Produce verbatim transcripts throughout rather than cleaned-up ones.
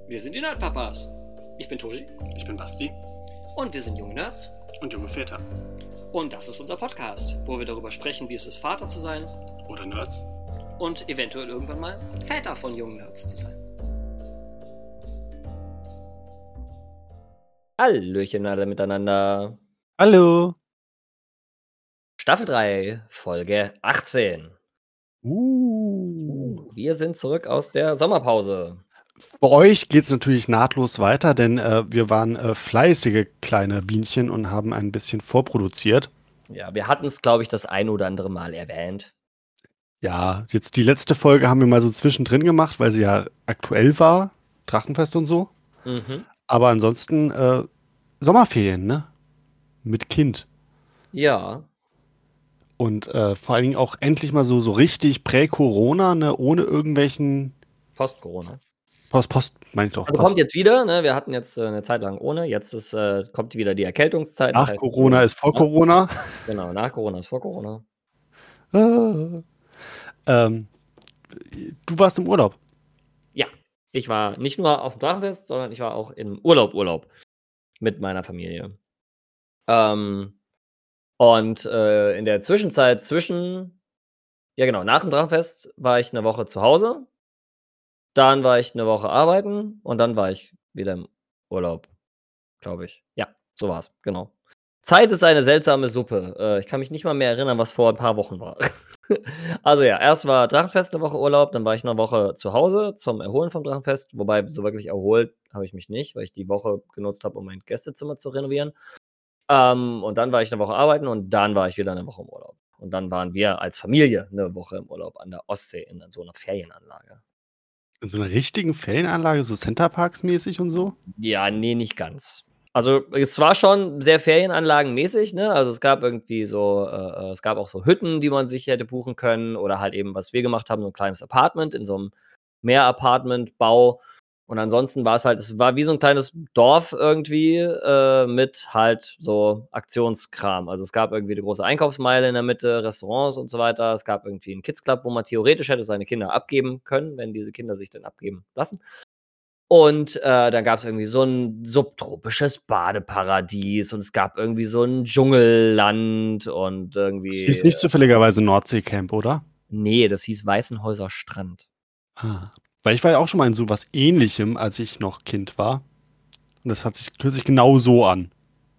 Wir sind die Nerdpapas. Ich bin Tobi. Ich bin Basti. Und wir sind junge Nerds. Und junge Väter. Und das ist unser Podcast, wo wir darüber sprechen, wie es ist, Vater zu sein. Oder Nerds. Und eventuell irgendwann mal Väter von jungen Nerds zu sein. Hallöchen alle miteinander. Hallo. Staffel drei, Folge achtzehn. Uh. Wir sind zurück aus der Sommerpause. Bei euch geht es natürlich nahtlos weiter, denn äh, wir waren äh, fleißige kleine Bienchen und haben ein bisschen vorproduziert. Ja, wir hatten es, glaube ich, das ein oder andere Mal erwähnt. Ja, jetzt die letzte Folge haben wir mal so zwischendrin gemacht, weil sie ja aktuell war, Drachenfest und so. Mhm. Aber ansonsten äh, Sommerferien, ne? Mit Kind. Ja. Und äh, vor allen Dingen auch endlich mal so, so richtig prä-Corona, ne? Ohne irgendwelchen Post-Corona. Post, Post, meine ich doch. Also Post. kommt jetzt wieder, ne? Wir hatten jetzt äh, eine Zeit lang ohne, jetzt ist, äh, kommt wieder die Erkältungszeit. Nach das heißt, Corona äh, ist vor nach, Corona. Genau, nach Corona ist vor Corona. Ah. Ähm, du warst im Urlaub. Ja, ich war nicht nur auf dem Drachenfest, sondern ich war auch im Urlaub, Urlaub mit meiner Familie. Ähm, und äh, in der Zwischenzeit zwischen, ja genau, nach dem Drachenfest war ich eine Woche zu Hause, dann war ich eine Woche arbeiten und dann war ich wieder im Urlaub, glaube ich. Ja, so war's, genau. Zeit ist eine seltsame Suppe. Äh, ich kann mich nicht mal mehr erinnern, was vor ein paar Wochen war. Also ja, erst war Drachenfest eine Woche Urlaub, dann war ich eine Woche zu Hause zum Erholen vom Drachenfest. Wobei, so wirklich erholt habe ich mich nicht, weil ich die Woche genutzt habe, um mein Gästezimmer zu renovieren. Ähm, und dann war ich eine Woche arbeiten und dann war ich wieder eine Woche im Urlaub. Und dann waren wir als Familie eine Woche im Urlaub an der Ostsee in so einer Ferienanlage. In so einer richtigen Ferienanlage, so Centerparks mäßig und so? Ja, nee, nicht ganz. Also, es war schon sehr ferienanlagenmäßig, ne? Also, es gab irgendwie so äh, äh, es gab auch so Hütten, die man sich hätte buchen können oder halt eben, was wir gemacht haben, so 'n kleines Apartment in so 'nem Mehrapartmentbau. Und ansonsten war's halt es war wie so 'n kleines Dorf irgendwie, äh, mit halt so Aktionskram. Also, es gab irgendwie 'ne große Einkaufsmeile in der Mitte, Restaurants und so weiter. Es gab irgendwie 'n Kids Club, wo man theoretisch hätte seine Kinder abgeben können, wenn diese Kinder sich denn abgeben lassen. Und, äh, dann gab's irgendwie so 'n subtropisches Badeparadies und es gab irgendwie so 'n Dschungelland und Das irgendwie hieß nicht zufälligerweise Nordseecamp, oder? Ne, das hieß Weißenhäuser Strand. Ah. Weil ich war ja auch schon mal in so was Ähnlichem, als ich noch Kind war. Und das hat sich, hört sich genau so an.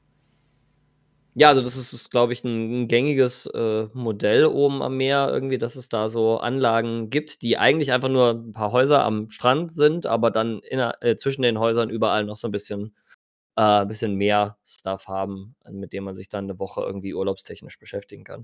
Ja, also das ist ist, glaube ich, 'n 'n gängiges, äh, Modell oben am Meer irgendwie, dass es da so Anlagen gibt, die eigentlich einfach nur 'n paar Häuser am Strand sind, aber dann inner äh, zwischen den Häusern überall noch so 'n bisschen äh, bisschen mehr Stuff haben, mit dem man sich dann 'ne Woche irgendwie urlaubstechnisch beschäftigen kann.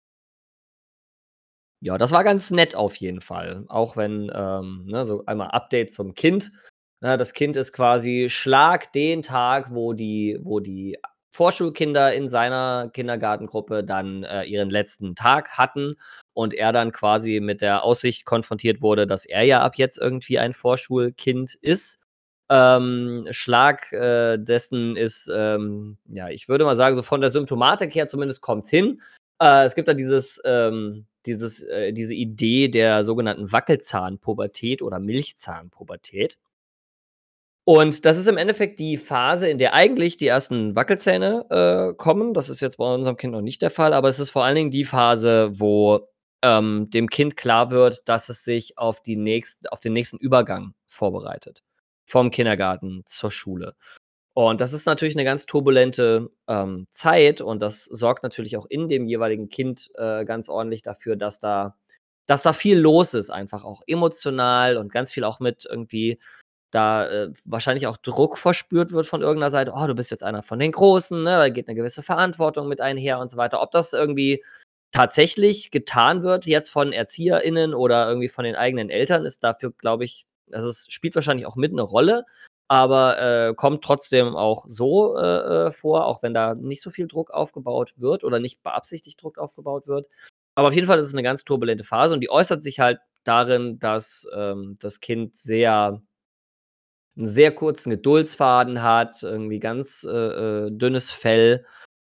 Ja, das war ganz nett auf jeden Fall. Auch wenn, ähm, ne, so einmal Update zum Kind. Ne, das Kind ist quasi Schlag den Tag, wo die wo die Vorschulkinder in seiner Kindergartengruppe dann, äh, ihren letzten Tag hatten und er dann quasi mit der Aussicht konfrontiert wurde, dass er ja ab jetzt irgendwie ein Vorschulkind ist. Ähm, Schlag, äh, dessen ist, ähm, ja, ich würde mal sagen, so von der Symptomatik her zumindest kommt's hin. Äh, es gibt da dieses, ähm dieses äh, diese Idee der sogenannten Wackelzahnpubertät oder Milchzahnpubertät. Und das ist im Endeffekt die Phase, in der eigentlich die ersten Wackelzähne, äh, kommen. Das ist jetzt bei unserem Kind noch nicht der Fall, aber es ist vor allen Dingen die Phase, wo, ähm, dem Kind klar wird, dass es sich auf die nächst auf den nächsten Übergang vorbereitet, vom Kindergarten zur Schule. Und das ist natürlich 'ne ganz turbulente, ähm, Zeit und das sorgt natürlich auch in dem jeweiligen Kind, äh, ganz ordentlich dafür, dass da dass da viel los ist, einfach auch emotional und ganz viel auch mit irgendwie da, äh, wahrscheinlich auch Druck verspürt wird von irgend 'ner Seite: „Oh, du bist jetzt einer von den Großen“, ne? Da geht 'ne gewisse Verantwortung mit einher und so weiter. Ob das irgendwie tatsächlich getan wird jetzt von ErzieherInnen oder irgendwie von den eigenen Eltern, ist dafür, glaube ich also, es spielt wahrscheinlich auch mit 'ne Rolle, aber, äh, kommt trotzdem auch so, äh, äh, vor, auch wenn da nicht so viel Druck aufgebaut wird oder nicht beabsichtigt Druck aufgebaut wird. Aber auf jeden Fall ist es 'ne ganz turbulente Phase und die äußert sich halt darin, dass, ähm, das Kind sehr 'n sehr kurzen Geduldsfaden hat, irgendwie ganz, äh, äh, dünnes Fell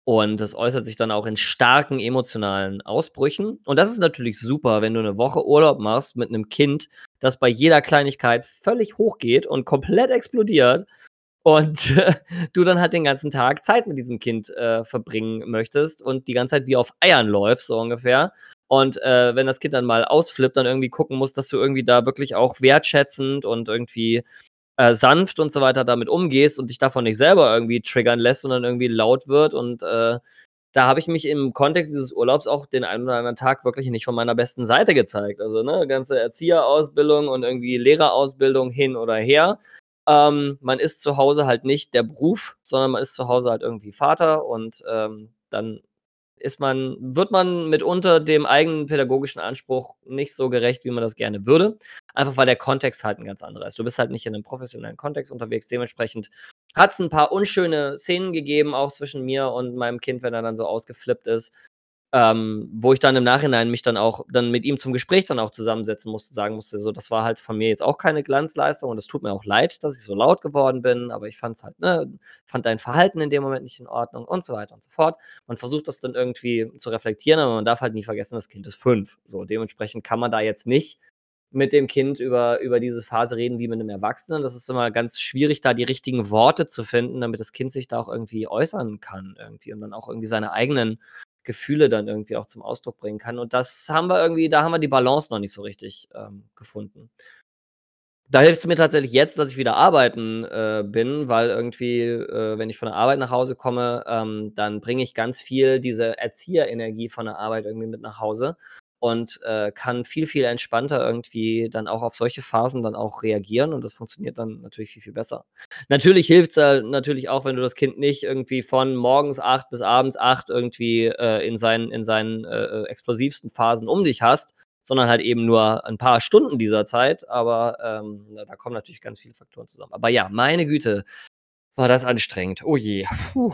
Und das äußert sich dann auch in starken emotionalen Ausbrüchen. Und das ist natürlich super, wenn du eine Woche Urlaub machst mit einem Kind, das bei jeder Kleinigkeit völlig hochgeht und komplett explodiert und du dann halt den ganzen Tag Zeit mit diesem Kind, äh, verbringen möchtest und die ganze Zeit wie auf Eiern läufst, so ungefähr. Und, äh, wenn das Kind dann mal ausflippt, dann irgendwie gucken musst, dass du irgendwie da wirklich auch wertschätzend und irgendwie, äh, sanft und so weiter damit umgehst und dich davon nicht selber irgendwie triggern lässt und dann irgendwie laut wird. Und, äh, da habe ich mich im Kontext dieses Urlaubs auch den einen oder anderen Tag wirklich nicht von meiner besten Seite gezeigt. Also, ne, ganze Erzieherausbildung und irgendwie Lehrerausbildung hin oder her. Ähm, man ist zu Hause halt nicht der Beruf, sondern man ist zu Hause halt irgendwie Vater und, ähm, dann ist man wird man mitunter dem eigenen pädagogischen Anspruch nicht so gerecht, wie man das gerne würde. Einfach weil der Kontext halt 'n ganz anderer ist. Du bist halt nicht in 'nem professionellen Kontext unterwegs. Dementsprechend hat's 'n paar unschöne Szenen gegeben, auch zwischen mir und meinem Kind, wenn er dann so ausgeflippt ist, ähm, wo ich dann im Nachhinein mich dann auch dann mit ihm zum Gespräch dann auch zusammensetzen musste, sagen musste, so: „Das war halt von mir jetzt auch keine Glanzleistung und es tut mir auch leid, dass ich so laut geworden bin, aber ich fand's halt ne, fand dein Verhalten in dem Moment nicht in Ordnung“ und so weiter und so fort. Man versucht das dann irgendwie zu reflektieren, aber man darf halt nie vergessen, das Kind ist fünf. So, dementsprechend kann man da jetzt nicht mit dem Kind über über diese Phase reden wie mit 'nem Erwachsenen. Das ist immer ganz schwierig, da die richtigen Worte zu finden, damit das Kind sich da auch irgendwie äußern kann irgendwie und dann auch irgendwie seine eigenen Gefühle dann irgendwie auch zum Ausdruck bringen kann. Und das haben wir irgendwie da haben wir die Balance noch nicht so richtig, ähm, gefunden. Da hilft's mir tatsächlich jetzt, dass ich wieder arbeiten, äh, bin, weil irgendwie, äh, wenn ich von der Arbeit nach Hause komme, ähm, dann bringe ich ganz viel diese Erzieherenergie von der Arbeit irgendwie mit nach Hause und, äh, kann viel, viel entspannter irgendwie dann auch auf solche Phasen dann auch reagieren und das funktioniert dann natürlich viel, viel besser. Natürlich hilft's, äh, natürlich auch, wenn du das Kind nicht irgendwie von morgens acht bis abends acht irgendwie, äh, in seinen in seinen, äh, äh, explosivsten Phasen um dich hast, sondern halt eben nur ein paar Stunden dieser Zeit, aber, ähm, da da kommen natürlich ganz viele Faktoren zusammen. Aber ja, meine Güte, war das anstrengend. Oh je. Puh.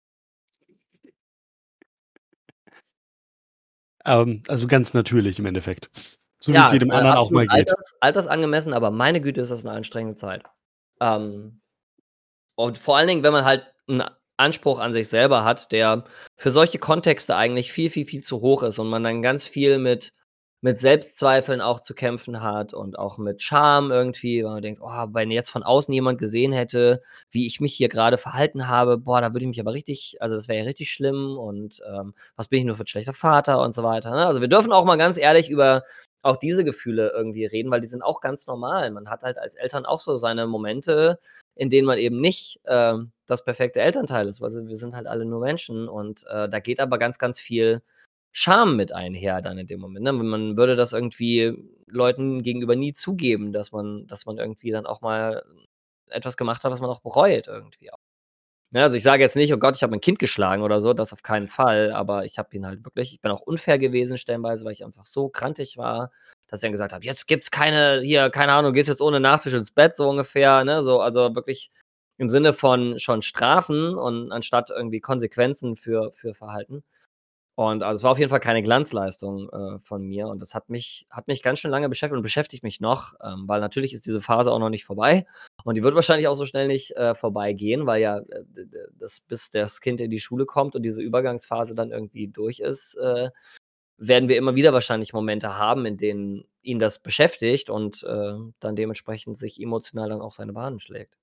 Ähm, also ganz natürlich im Endeffekt. So wie es Ja, jedem äh, anderen auch absolut mal geht. alters altersangemessen, aber meine Güte, ist das 'ne anstrengende Zeit. Ähm, und vor allen Dingen, wenn man halt 'n Anspruch an sich selber hat, der für solche Kontexte eigentlich viel, viel, viel zu hoch ist und man dann ganz viel mit mit Selbstzweifeln auch zu kämpfen hat und auch mit Scham irgendwie, weil man denkt: „Oh, wenn jetzt von außen jemand gesehen hätte, wie ich mich hier grade verhalten habe, boah, da würde ich mich aber richtig also, das wäre ja richtig schlimm und, ähm, was bin ich nur für 'n schlechter Vater“ und so weiter, ne? Also, wir dürfen auch mal ganz ehrlich über auch diese Gefühle irgendwie reden, weil die sind auch ganz normal. Man hat halt als Eltern auch so seine Momente, in denen man eben nicht, ähm, das perfekte Elternteil ist, weil s wir sind halt alle nur Menschen und, äh, da geht aber ganz, ganz viel Scham mit einher dann in dem Moment, ne? Man würde das irgendwie Leuten gegenüber nie zugeben, dass man dass man irgendwie dann auch mal etwas gemacht hat, was man auch bereut irgendwie auch. Ne, also, ich sage jetzt nicht: „Oh Gott, ich habe mein Kind geschlagen“ oder so, das auf keinen Fall, aber ich habe ihn halt wirklich ich bin auch unfair gewesen stellenweise, weil ich einfach so krantig war, dass ich dann gesagt habe: „Jetzt gibt's keine hier, keine Ahnung, gehst jetzt ohne Nachtisch ins Bett“, so ungefähr, ne? So, also, wirklich im Sinne von schon Strafen und anstatt irgendwie Konsequenzen für für Verhalten. Und, also, es war auf jeden Fall keine Glanzleistung, äh, von mir und das hat mich hat mich ganz schön lange beschäftigt und beschäftigt mich noch, ähm, weil natürlich ist diese Phase auch noch nicht vorbei und die wird wahrscheinlich auch so schnell nicht, äh, vorbeigehen, weil ja, äh, d d das bis das Kind in die Schule kommt und diese Übergangsphase dann irgendwie durch ist, äh, werden wir immer wieder wahrscheinlich Momente haben, in denen ihn das beschäftigt und, äh, dann dementsprechend sich emotional dann auch seine Bahnen schlägt.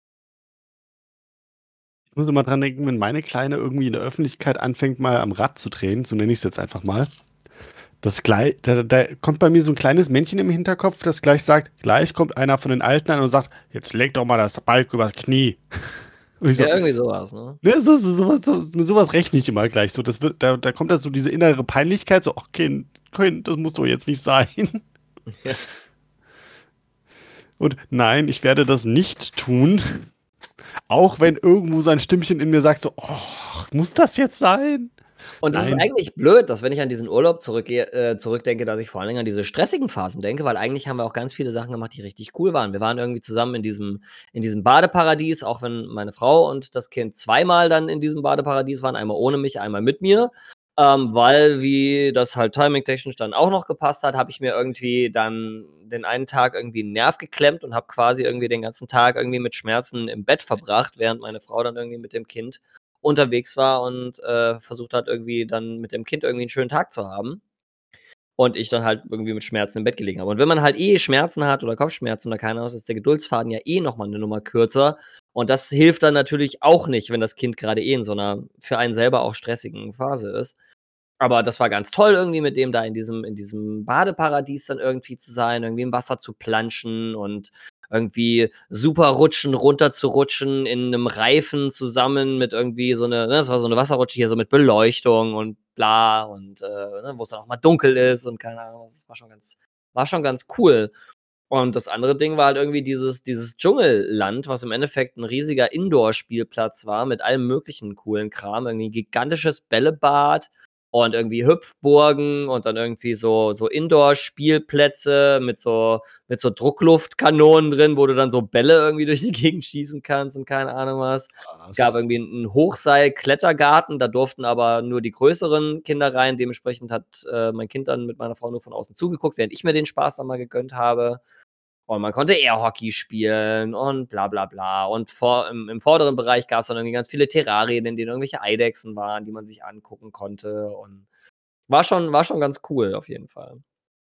Ich muss immer dran denken, wenn meine Kleine irgendwie in der Öffentlichkeit anfängt, mal am Rad zu drehen, so nenne ich's jetzt einfach mal. Das glei da da kommt bei mir so 'n kleines Männchen im Hinterkopf, das gleich sagt gleich kommt einer von den Alten an und sagt: „Jetzt leg doch mal das Bike übers Knie.“ Und ich so Ja, irgendwie so was, ne? ne, so so so was so mit so was rechne ich immer gleich so. Das wird da da kommt da so diese innere Peinlichkeit, so: „Ach Kind, Kind, das muss doch jetzt nicht sein.“ Ja. Und nein, ich werde das nicht tun, auch wenn irgendwo so ein Stimmchen in mir sagt so: „Och, muss das jetzt sein?“ Und das ist Nein. eigentlich blöd, dass wenn ich an diesen Urlaub zurückgehe äh, zurückdenke, dass ich vor allen Dingen an diese stressigen Phasen denke, weil eigentlich haben wir auch ganz viele Sachen gemacht, die richtig cool waren. Wir waren irgendwie zusammen in diesem in diesem Badeparadies, auch wenn meine Frau und das Kind zweimal dann in diesem Badeparadies waren, einmal ohne mich, einmal mit mir. Ähm, weil wie das halt timingtechnisch dann auch noch gepasst hat, habe ich mir irgendwie dann den einen Tag irgendwie 'n Nerv geklemmt und habe quasi irgendwie den ganzen Tag irgendwie mit Schmerzen im Bett verbracht, während meine Frau dann irgendwie mit dem Kind unterwegs war und äh, versucht hat, irgendwie dann mit dem Kind irgendwie einen schönen Tag zu haben. Und ich dann halt irgendwie mit Schmerzen im Bett gelegen habe. Und wenn man halt eh Schmerzen hat oder Kopfschmerzen oder keine Ahnung was, ist der Geduldsfaden ja eh noch mal 'ne Nummer kürzer. Und das hilft dann natürlich auch nicht, wenn das Kind gerade eh in so einer für einen selber auch stressigen Phase ist. Aber das war ganz toll irgendwie mit dem da in diesem in diesem Badeparadies dann irgendwie zu sein, irgendwie im Wasser zu planschen und irgendwie super rutschen, runterzurutschen in 'nem Reifen zusammen mit irgendwie so 'ne ne, das war so 'ne Wasserrutsche hier so mit Beleuchtung und bla und, äh, ne, wo's dann auch mal dunkel ist und keine Ahnung was. Das war schon ganz war schon ganz cool. Und das andere Ding war halt irgendwie dieses dieses Dschungelland, was im Endeffekt 'n riesiger Indoor-Spielplatz war mit allem möglichen coolen Kram, irgendwie gigantisches Bällebad und irgendwie Hüpfburgen und dann irgendwie so so Indoor-Spielplätze mit so mit so Druckluftkanonen drin, wo du dann so Bälle irgendwie durch die Gegend schießen kannst und keine Ahnung was. Gab Was? irgendwie 'n Hochseil-Klettergarten, da durften aber nur die größeren Kinder rein. Dementsprechend hat, äh, mein Kind dann mit meiner Frau nur von außen zugeguckt, während ich mir den Spaß dann mal gegönnt habe. Und man konnte Airhockey spielen und bla bla bla. Und vor im im vorderen Bereich gab's dann irgendwie ganz viele Terrarien, in denen irgendwelche Eidechsen waren, die man sich angucken konnte und war schon war schon ganz cool auf jeden Fall.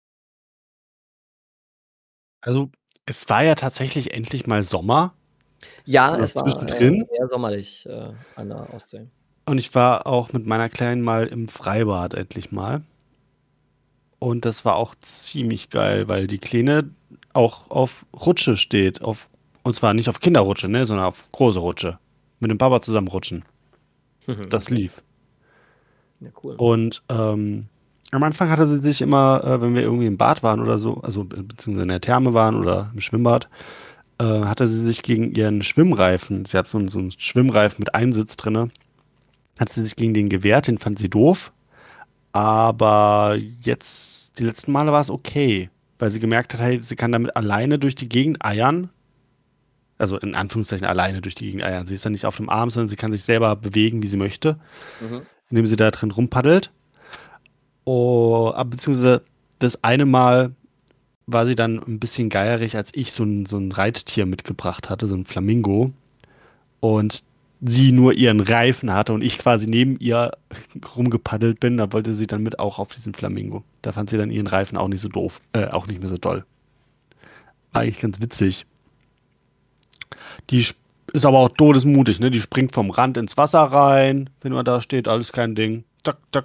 Also, es war ja tatsächlich endlich mal Sommer, Ja, noch es war, äh, zwischendrin. sehr sommerlich, äh, an der Ostsee. Und ich war auch mit meiner Kleinen mal im Freibad endlich mal. Und das war auch ziemlich geil, weil die Kleine auch auf Rutsche steht. Auf, und zwar nicht auf Kinderrutsche, ne, sondern auf große Rutsche. Mit dem Papa zusammen rutschen. Das Okay. lief. Ja, cool. Und ähm, am Anfang hatte sie sich immer, äh, wenn wir irgendwie im Bad waren oder so, also be- beziehungsweise in der Therme waren oder im Schwimmbad, äh, hatte sie sich gegen ihren Schwimmreifen, sie hat so, einen- so einen Schwimmreifen mit Einsitz drinne, hat sie sich gegen den gewehrt, den fand sie doof. Aber jetzt, die letzten Male war es okay, weil sie gemerkt hat, hey, sie kann damit alleine durch die Gegend eiern. Also in Anführungszeichen alleine durch die Gegend eiern. Sie ist dann nicht auf dem Arm, sondern sie kann sich selber bewegen, wie sie möchte, Mhm. indem sie da drin rumpaddelt. Oh, aber beziehungsweise das eine Mal war sie dann ein bisschen geierig, als ich so ein, so ein Reittier mitgebracht hatte, so ein Flamingo. Und sie nur ihren Reifen hatte und ich quasi neben ihr rumgepaddelt bin, da wollte sie dann mit auch auf diesen Flamingo. Da fand sie dann ihren Reifen auch nicht so doof, äh, auch nicht mehr so doll. War eigentlich ganz witzig. Die sp- ist aber auch todesmutig, ne? Die springt vom Rand ins Wasser rein, wenn man da steht, alles kein Ding. Zack, zack.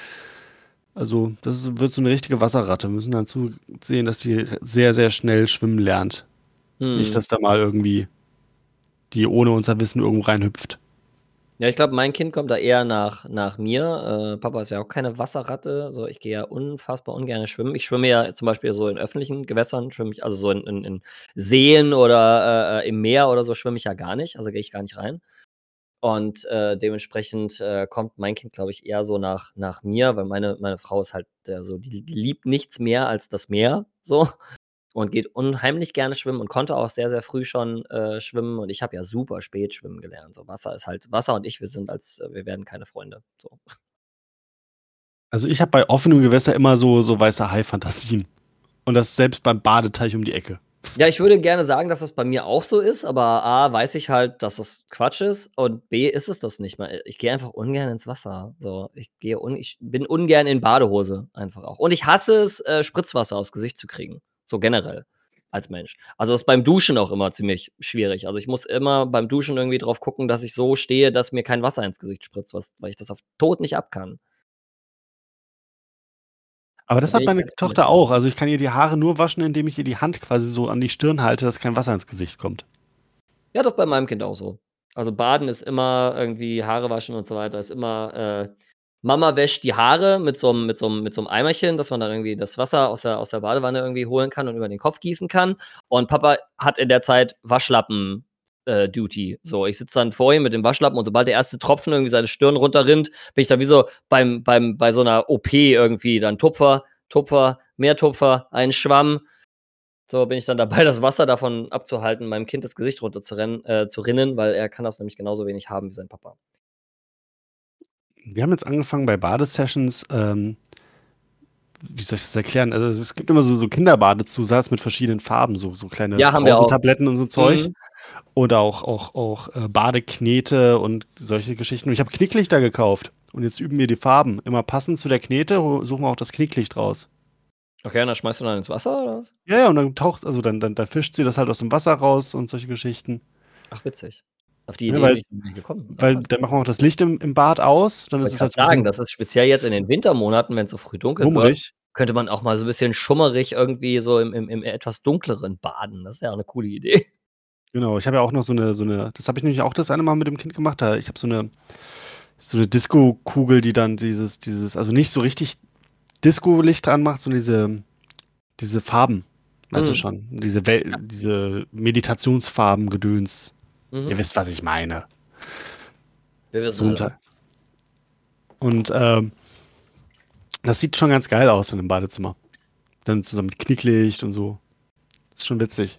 Also, das ist, wird so eine richtige Wasserratte. Wir müssen dann zusehen, dass die sehr, sehr schnell schwimmen lernt. Nicht, Mhm. dass da mal irgendwie die ohne unser Wissen irgendwo reinhüpft. Ja, ich glaube, mein Kind kommt da eher nach nach mir. Äh, Papa ist ja auch keine Wasserratte. So, ich gehe ja unfassbar ungerne schwimmen. Ich schwimme ja zum Beispiel so in öffentlichen Gewässern, schwimme ich also so in in in Seen oder, äh, äh, im Meer oder so schwimme ich ja gar nicht, also gehe ich gar nicht rein. Und, äh, dementsprechend, äh, kommt mein Kind, glaube ich, eher so nach nach mir, weil meine meine Frau ist halt, äh, so die die liebt nichts mehr als das Meer so und geht unheimlich gerne schwimmen und konnte auch sehr, sehr früh schon, äh, schwimmen und ich habe ja super spät schwimmen gelernt. So Wasser ist halt Wasser und ich, wir sind als äh, wir werden keine Freunde, so. Also ich habe bei offenem Gewässer immer so, so weiße Hai-Fantasien. Und das selbst beim Badeteich um die Ecke. Ja, ich würde gerne sagen, dass das bei mir auch so ist, aber A, weiß ich halt, dass es Quatsch ist und B, ist es das nicht mal. Ich gehe einfach ungern ins Wasser. So, ich gehe un ich bin ungern in Badehose einfach auch. Und ich hasse es, äh, Spritzwasser aufs Gesicht zu kriegen, so generell als Mensch. Also, das ist beim Duschen auch immer ziemlich schwierig. Also, ich muss immer beim Duschen irgendwie drauf gucken, dass ich so stehe, dass mir kein Wasser ins Gesicht spritzt, was weil ich das auf Tod nicht ab kann. Aber Da das bin hat ich meine ganz Tochter komisch. auch. Also ich kann ihr die Haare nur waschen, indem ich ihr die Hand quasi so an die Stirn halte, dass kein Wasser ins Gesicht kommt. Ja, das ist bei meinem Kind auch so. Also, Baden ist immer irgendwie Haare waschen und so weiter ist immer, äh Mama wäscht die Haare mit so 'm mit so 'm mit so 'm Eimerchen, dass man dann irgendwie das Wasser aus der aus der Badewanne irgendwie holen kann und über den Kopf gießen kann. Und Papa hat in der Zeit Waschlappen, äh, Duty. So, ich sitze dann vor ihm mit dem Waschlappen und sobald der erste Tropfen irgendwie seine Stirn runterrinnt, bin ich da wie so beim beim bei so 'ner O P irgendwie dann Tupfer, Tupfer, mehr Tupfer, einen Schwamm. So bin ich dann dabei, das Wasser davon abzuhalten, meinem Kind das Gesicht runterzurennen äh, zu rinnen, weil er kann das nämlich genauso wenig haben wie sein Papa. Wir haben jetzt angefangen bei Badesessions, ähm, wie soll ich das erklären? Also es gibt immer so, so Kinderbadezusatz mit verschiedenen Farben, so, so kleine Ja, haben wir auch. Brausetabletten und so Zeug. Mhm. Oder auch, auch, auch äh, Badeknete und solche Geschichten. Und ich habe Knicklichter gekauft. Und jetzt üben wir die Farben. Immer passend zu der Knete suchen wir auch das Knicklicht raus. Okay, und dann schmeißt du dann ins Wasser oder was? Ja, ja, und dann taucht, also dann, dann, dann fischt sie das halt aus dem Wasser raus und solche Geschichten. Ach, witzig. Auf die Ja, Idee weil bin ich noch nicht gekommen. weil Ach, dann machen wir auch das Licht im, im Bad aus. Dann ist wollte es grad halt so ein sagen, bisschen das ist speziell jetzt in den Wintermonaten, wenn's so früh dunkel wird, schwummrig. könnte man auch mal so 'n bisschen schummerig irgendwie so im im im etwas dunkleren baden. Das ist ja auch 'ne coole Idee. Genau, ich habe ja auch noch so eine, so eine, das habe ich nämlich auch das eine Mal mit dem Kind gemacht. Da ich habe so eine, so eine Disco-Kugel, die dann dieses, dieses, also nicht so richtig Disco-Licht dran macht, sondern diese, diese Farben. Weißt du Mhm. schon? Diese Wel Ja. diese Meditationsfarben-Gedöns. Mhm. Ihr wisst, was ich meine. Wir wissen So alle. unter. Und ähm, das sieht schon ganz geil aus in einem Badezimmer. Dann zusammen mit Knicklicht und so. Das ist schon witzig.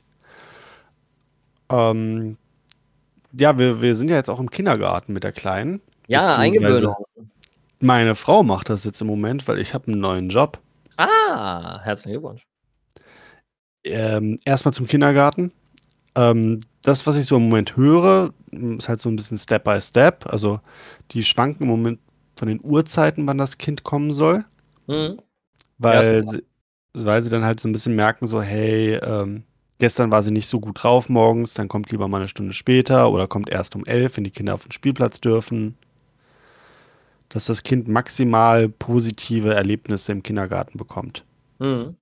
Ähm, ja, wir, wir sind ja jetzt auch im Kindergarten mit der Kleinen. Ja, Beziehungsweise Eingewöhnung. meine Frau macht das jetzt im Moment, weil ich habe einen neuen Job. Ah, herzlichen Glückwunsch. Ähm, erstmal zum Kindergarten. Ähm, das, was ich so im Moment höre, ist halt so ein bisschen Step by Step. Also die schwanken im Moment von den Uhrzeiten, wann das Kind kommen soll. Mhm. Ja, ist Weil normal. sie, weil sie dann halt so ein bisschen merken, so, hey, ähm, gestern war sie nicht so gut drauf morgens, dann kommt lieber mal eine Stunde später oder kommt erst um elf, wenn die Kinder auf den Spielplatz dürfen. Dass das Kind maximal positive Erlebnisse im Kindergarten bekommt. Mhm.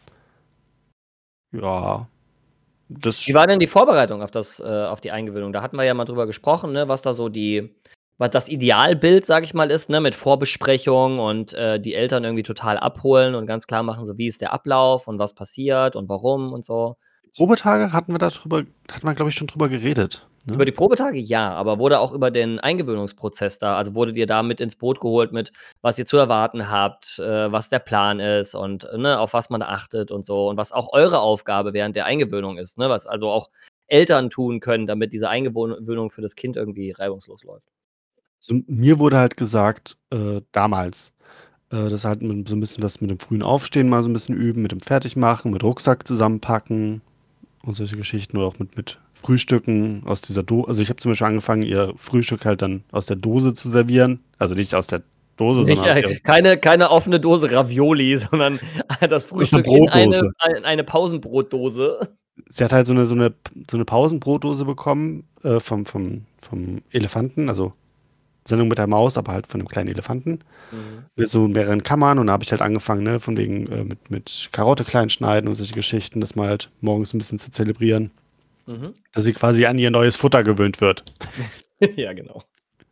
Ja, das Wie war denn die Vorbereitung auf das äh, auf die Eingewöhnung? Da hatten wir ja mal drüber gesprochen, ne, was da so die was das Idealbild, sage ich mal, ist, ne, mit Vorbesprechung und, äh, die Eltern irgendwie total abholen und ganz klar machen, so wie ist der Ablauf und was passiert und warum und so. Probetage hatten wir da drüber, hatten wir, glaube ich, schon drüber geredet. Über Ne? die Probetage ja, aber wurde auch über den Eingewöhnungsprozess da also, wurdet ihr da mit ins Boot geholt mit, was ihr zu erwarten habt, äh, was der Plan ist und, äh, ne, auf was man achtet und so und was auch eure Aufgabe während der Eingewöhnung ist, ne, was also auch Eltern tun können, damit diese Eingewöhnung für das Kind irgendwie reibungslos läuft. So, mir wurde halt gesagt, äh, damals, äh, dass halt mit, so ein bisschen das mit dem frühen Aufstehen mal so ein bisschen üben, mit dem Fertigmachen, mit Rucksack zusammenpacken und solche Geschichten oder auch mit, mit Frühstücken aus dieser Dose. Also ich habe zum Beispiel angefangen, ihr Frühstück halt dann aus der Dose zu servieren. Also nicht aus der Dose, Nicht, sondern aus äh, ihrer keine keine offene Dose Ravioli, sondern das aus der Frühstück in eine Brotdose. ein eine Pausenbrotdose. Sie hat halt so eine, so eine, so eine Pausenbrotdose bekommen äh, vom, vom, vom Elefanten, also Sendung mit der Maus, aber halt von einem kleinen Elefanten. Mhm. Mit so mehreren Kammern und da habe ich halt angefangen, ne, von wegen äh, mit, mit Karotte klein schneiden und solche Geschichten, das mal halt morgens ein bisschen zu zelebrieren, Mhm. dass sie quasi an ihr neues Futter gewöhnt wird Ja, genau.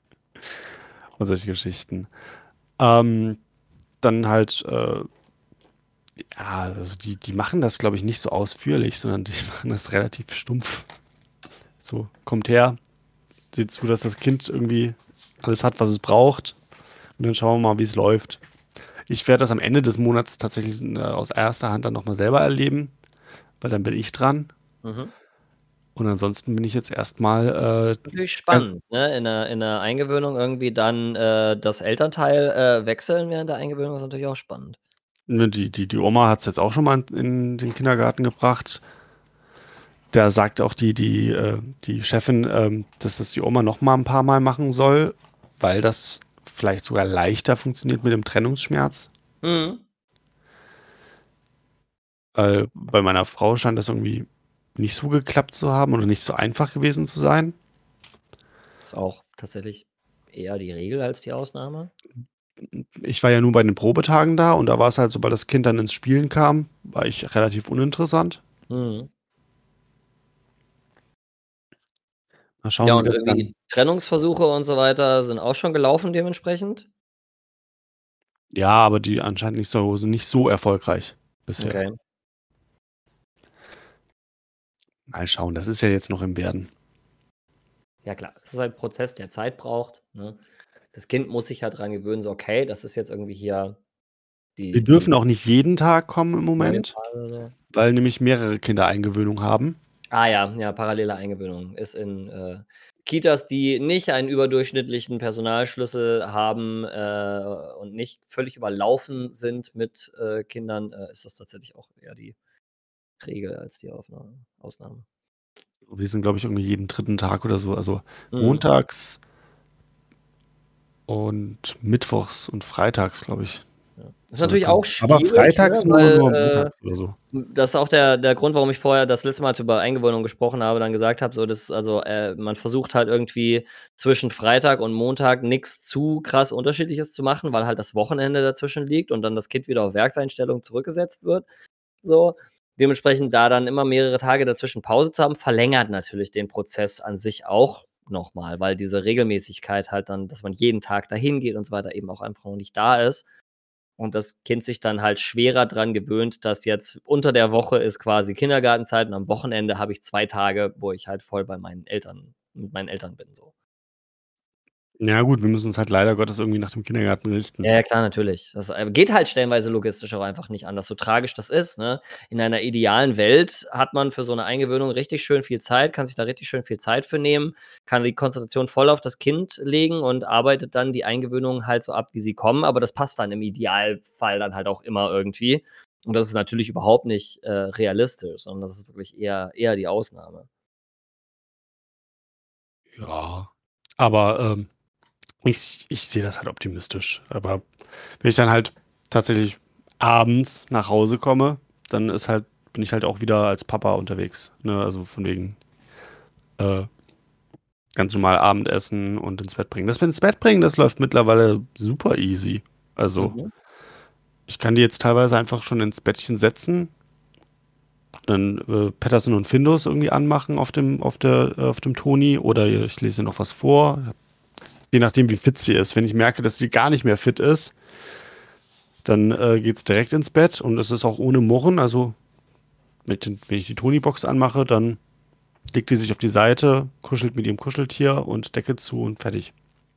und solche Geschichten. Ähm, dann halt, äh, ja, also die, die machen das, glaube ich, nicht so ausführlich, sondern die machen das relativ stumpf. So, kommt her, seht zu, dass das Kind irgendwie alles hat, was es braucht. Und dann schauen wir mal, wie es läuft. Ich werde das am Ende des Monats tatsächlich äh, aus erster Hand dann nochmal selber erleben, weil dann bin ich dran. Mhm. Und ansonsten bin ich jetzt erstmal äh, Natürlich ganz, spannend, ne? In der in der Eingewöhnung irgendwie dann, äh, das Elternteil, äh, wechseln während der Eingewöhnung ist natürlich auch spannend. ne, die, die, die Oma hat es jetzt auch schon mal in, in den Kindergarten gebracht. Da sagt auch die, die, äh, die Chefin, ähm, dass das die Oma noch mal ein paar Mal machen soll, weil das vielleicht sogar leichter funktioniert mit dem Trennungsschmerz. Mhm. Weil bei meiner Frau scheint das irgendwie nicht so geklappt zu haben oder nicht so einfach gewesen zu sein. Ist auch tatsächlich eher die Regel als die Ausnahme. Ich war ja nur bei den Probetagen da und da war es halt, sobald das Kind dann ins Spielen kam, war ich relativ uninteressant. Mhm. Mal Ja, schauen, wie und das irgendwie dann. Trennungsversuche und so weiter sind auch schon gelaufen dementsprechend? Ja, aber die anscheinend nicht so, sind nicht so erfolgreich bisher. Okay. Mal schauen, das ist ja jetzt noch im Werden. Ja klar, das ist halt 'n Prozess, der Zeit braucht, ne? Das Kind muss sich halt dran gewöhnen, so: „Okay, das ist jetzt irgendwie hier Wir die die dürfen auch nicht jeden Tag kommen im neue Moment, Phase so.“ weil nämlich mehrere Kinder Eingewöhnung haben. Ah ja, ja, parallele Eingewöhnung ist in, äh, Kitas, die nicht einen überdurchschnittlichen Personalschlüssel haben, äh, und nicht völlig überlaufen sind mit, äh, Kindern, äh, ist das tatsächlich auch eher die Regel als die Aufnahme Ausnahme. Wir sind, glaube ich, irgendwie jeden dritten Tag oder so. Also Mhm. montags und mittwochs und freitags, glaube ich. Ja. Ist natürlich auch Aber schwierig, ne, freitags nur weil, nur äh, montags oder so. m das ist auch der der Grund, warum ich vorher das letzte Mal, als wir über Eingewöhnung gesprochen habe, dann gesagt habe, so das also, äh, man versucht halt irgendwie zwischen Freitag und Montag nix zu krass Unterschiedliches zu machen, weil halt das Wochenende dazwischen liegt und dann das Kind wieder auf Werkseinstellung zurückgesetzt wird, so. Dementsprechend da dann immer mehrere Tage dazwischen Pause zu haben, verlängert natürlich den Prozess an sich auch noch mal, weil diese Regelmäßigkeit halt dann, dass man jeden Tag dahin geht und so weiter, eben auch einfach noch nicht da ist und das Kind sich dann halt schwerer dran gewöhnt, dass jetzt unter der Woche ist quasi Kindergartenzeit und am Wochenende habe ich zwei Tage, wo ich halt voll bei meinen Eltern mit meinen Eltern bin, so. Ja gut, wir müssen uns halt leider Gottes irgendwie nach dem Kindergarten richten. Ja, ja, klar, natürlich. Das, äh, geht halt stellenweise logistisch auch einfach nicht anders, so tragisch das ist, ne? In einer idealen Welt hat man für so 'ne Eingewöhnung richtig schön viel Zeit, kann sich da richtig schön viel Zeit für nehmen, kann die Konzentration voll auf das Kind legen und arbeitet dann die Eingewöhnungen halt so ab, wie sie kommen, aber das passt dann im Idealfall dann halt auch immer irgendwie. Und das ist natürlich überhaupt nicht, äh, realistisch, sondern das ist wirklich eher eher die Ausnahme. Ja, aber, ähm, ich ich sehe das halt optimistisch. Aber wenn ich dann halt tatsächlich abends nach Hause komme, dann ist halt bin ich halt auch wieder als Papa unterwegs, ne? Also von wegen, äh, ganz normal Abendessen und ins Bett bringen. Das mit ins Bett bringen, das läuft mittlerweile super easy. Also Mhm. ich kann die jetzt teilweise einfach schon ins Bettchen setzen, dann, äh, Patterson und Findus irgendwie anmachen auf dem auf der äh, auf dem Toni oder ich lese ihr noch was vor, je nachdem, wie fit sie ist. Wenn ich merke, dass sie gar nicht mehr fit ist, dann, äh, geht's direkt ins Bett und es ist auch ohne Murren. Also, mit den wenn ich die Toni-Box anmache, dann legt die sich auf die Seite, kuschelt mit ihrem Kuscheltier und Decke zu und fertig.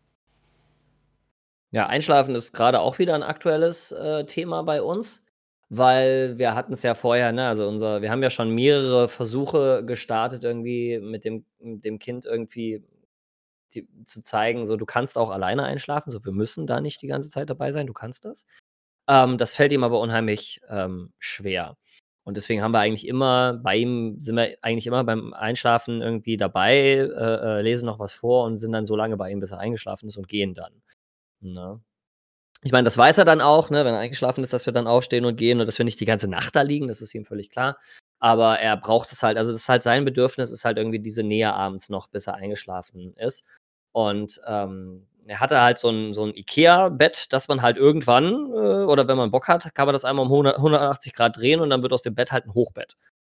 Ja, Einschlafen ist grade auch wieder 'n aktuelles, äh, Thema bei uns, weil wir hatten's ja vorher, ne, also unser wir haben ja schon mehrere Versuche gestartet, irgendwie mit dem mit dem Kind irgendwie die zu zeigen, so: „Du kannst auch alleine einschlafen, so, wir müssen da nicht die ganze Zeit dabei sein, du kannst das.“ Ähm, das fällt ihm aber unheimlich, ähm, schwer. Und deswegen haben wir eigentlich immer bei ihm sind wir eigentlich immer beim Einschlafen irgendwie dabei, äh, äh, lesen noch was vor und sind dann so lange bei ihm, bis er eingeschlafen ist und gehen dann, ne? Ich meine, das weiß er dann auch, ne, wenn er eingeschlafen ist, dass wir dann aufstehen und gehen und dass wir nicht die ganze Nacht da liegen, das ist ihm völlig klar. Aber er braucht es halt, also, das ist halt sein Bedürfnis ist halt irgendwie diese Nähe abends noch, bis er eingeschlafen ist. Und, ähm, er hatte halt so 'n so 'n IKEA-Bett, das man halt irgendwann, äh, oder wenn man Bock hat, kann man das einmal um hundert hundertachtzig Grad drehen und dann wird aus dem Bett halt 'n Hochbett.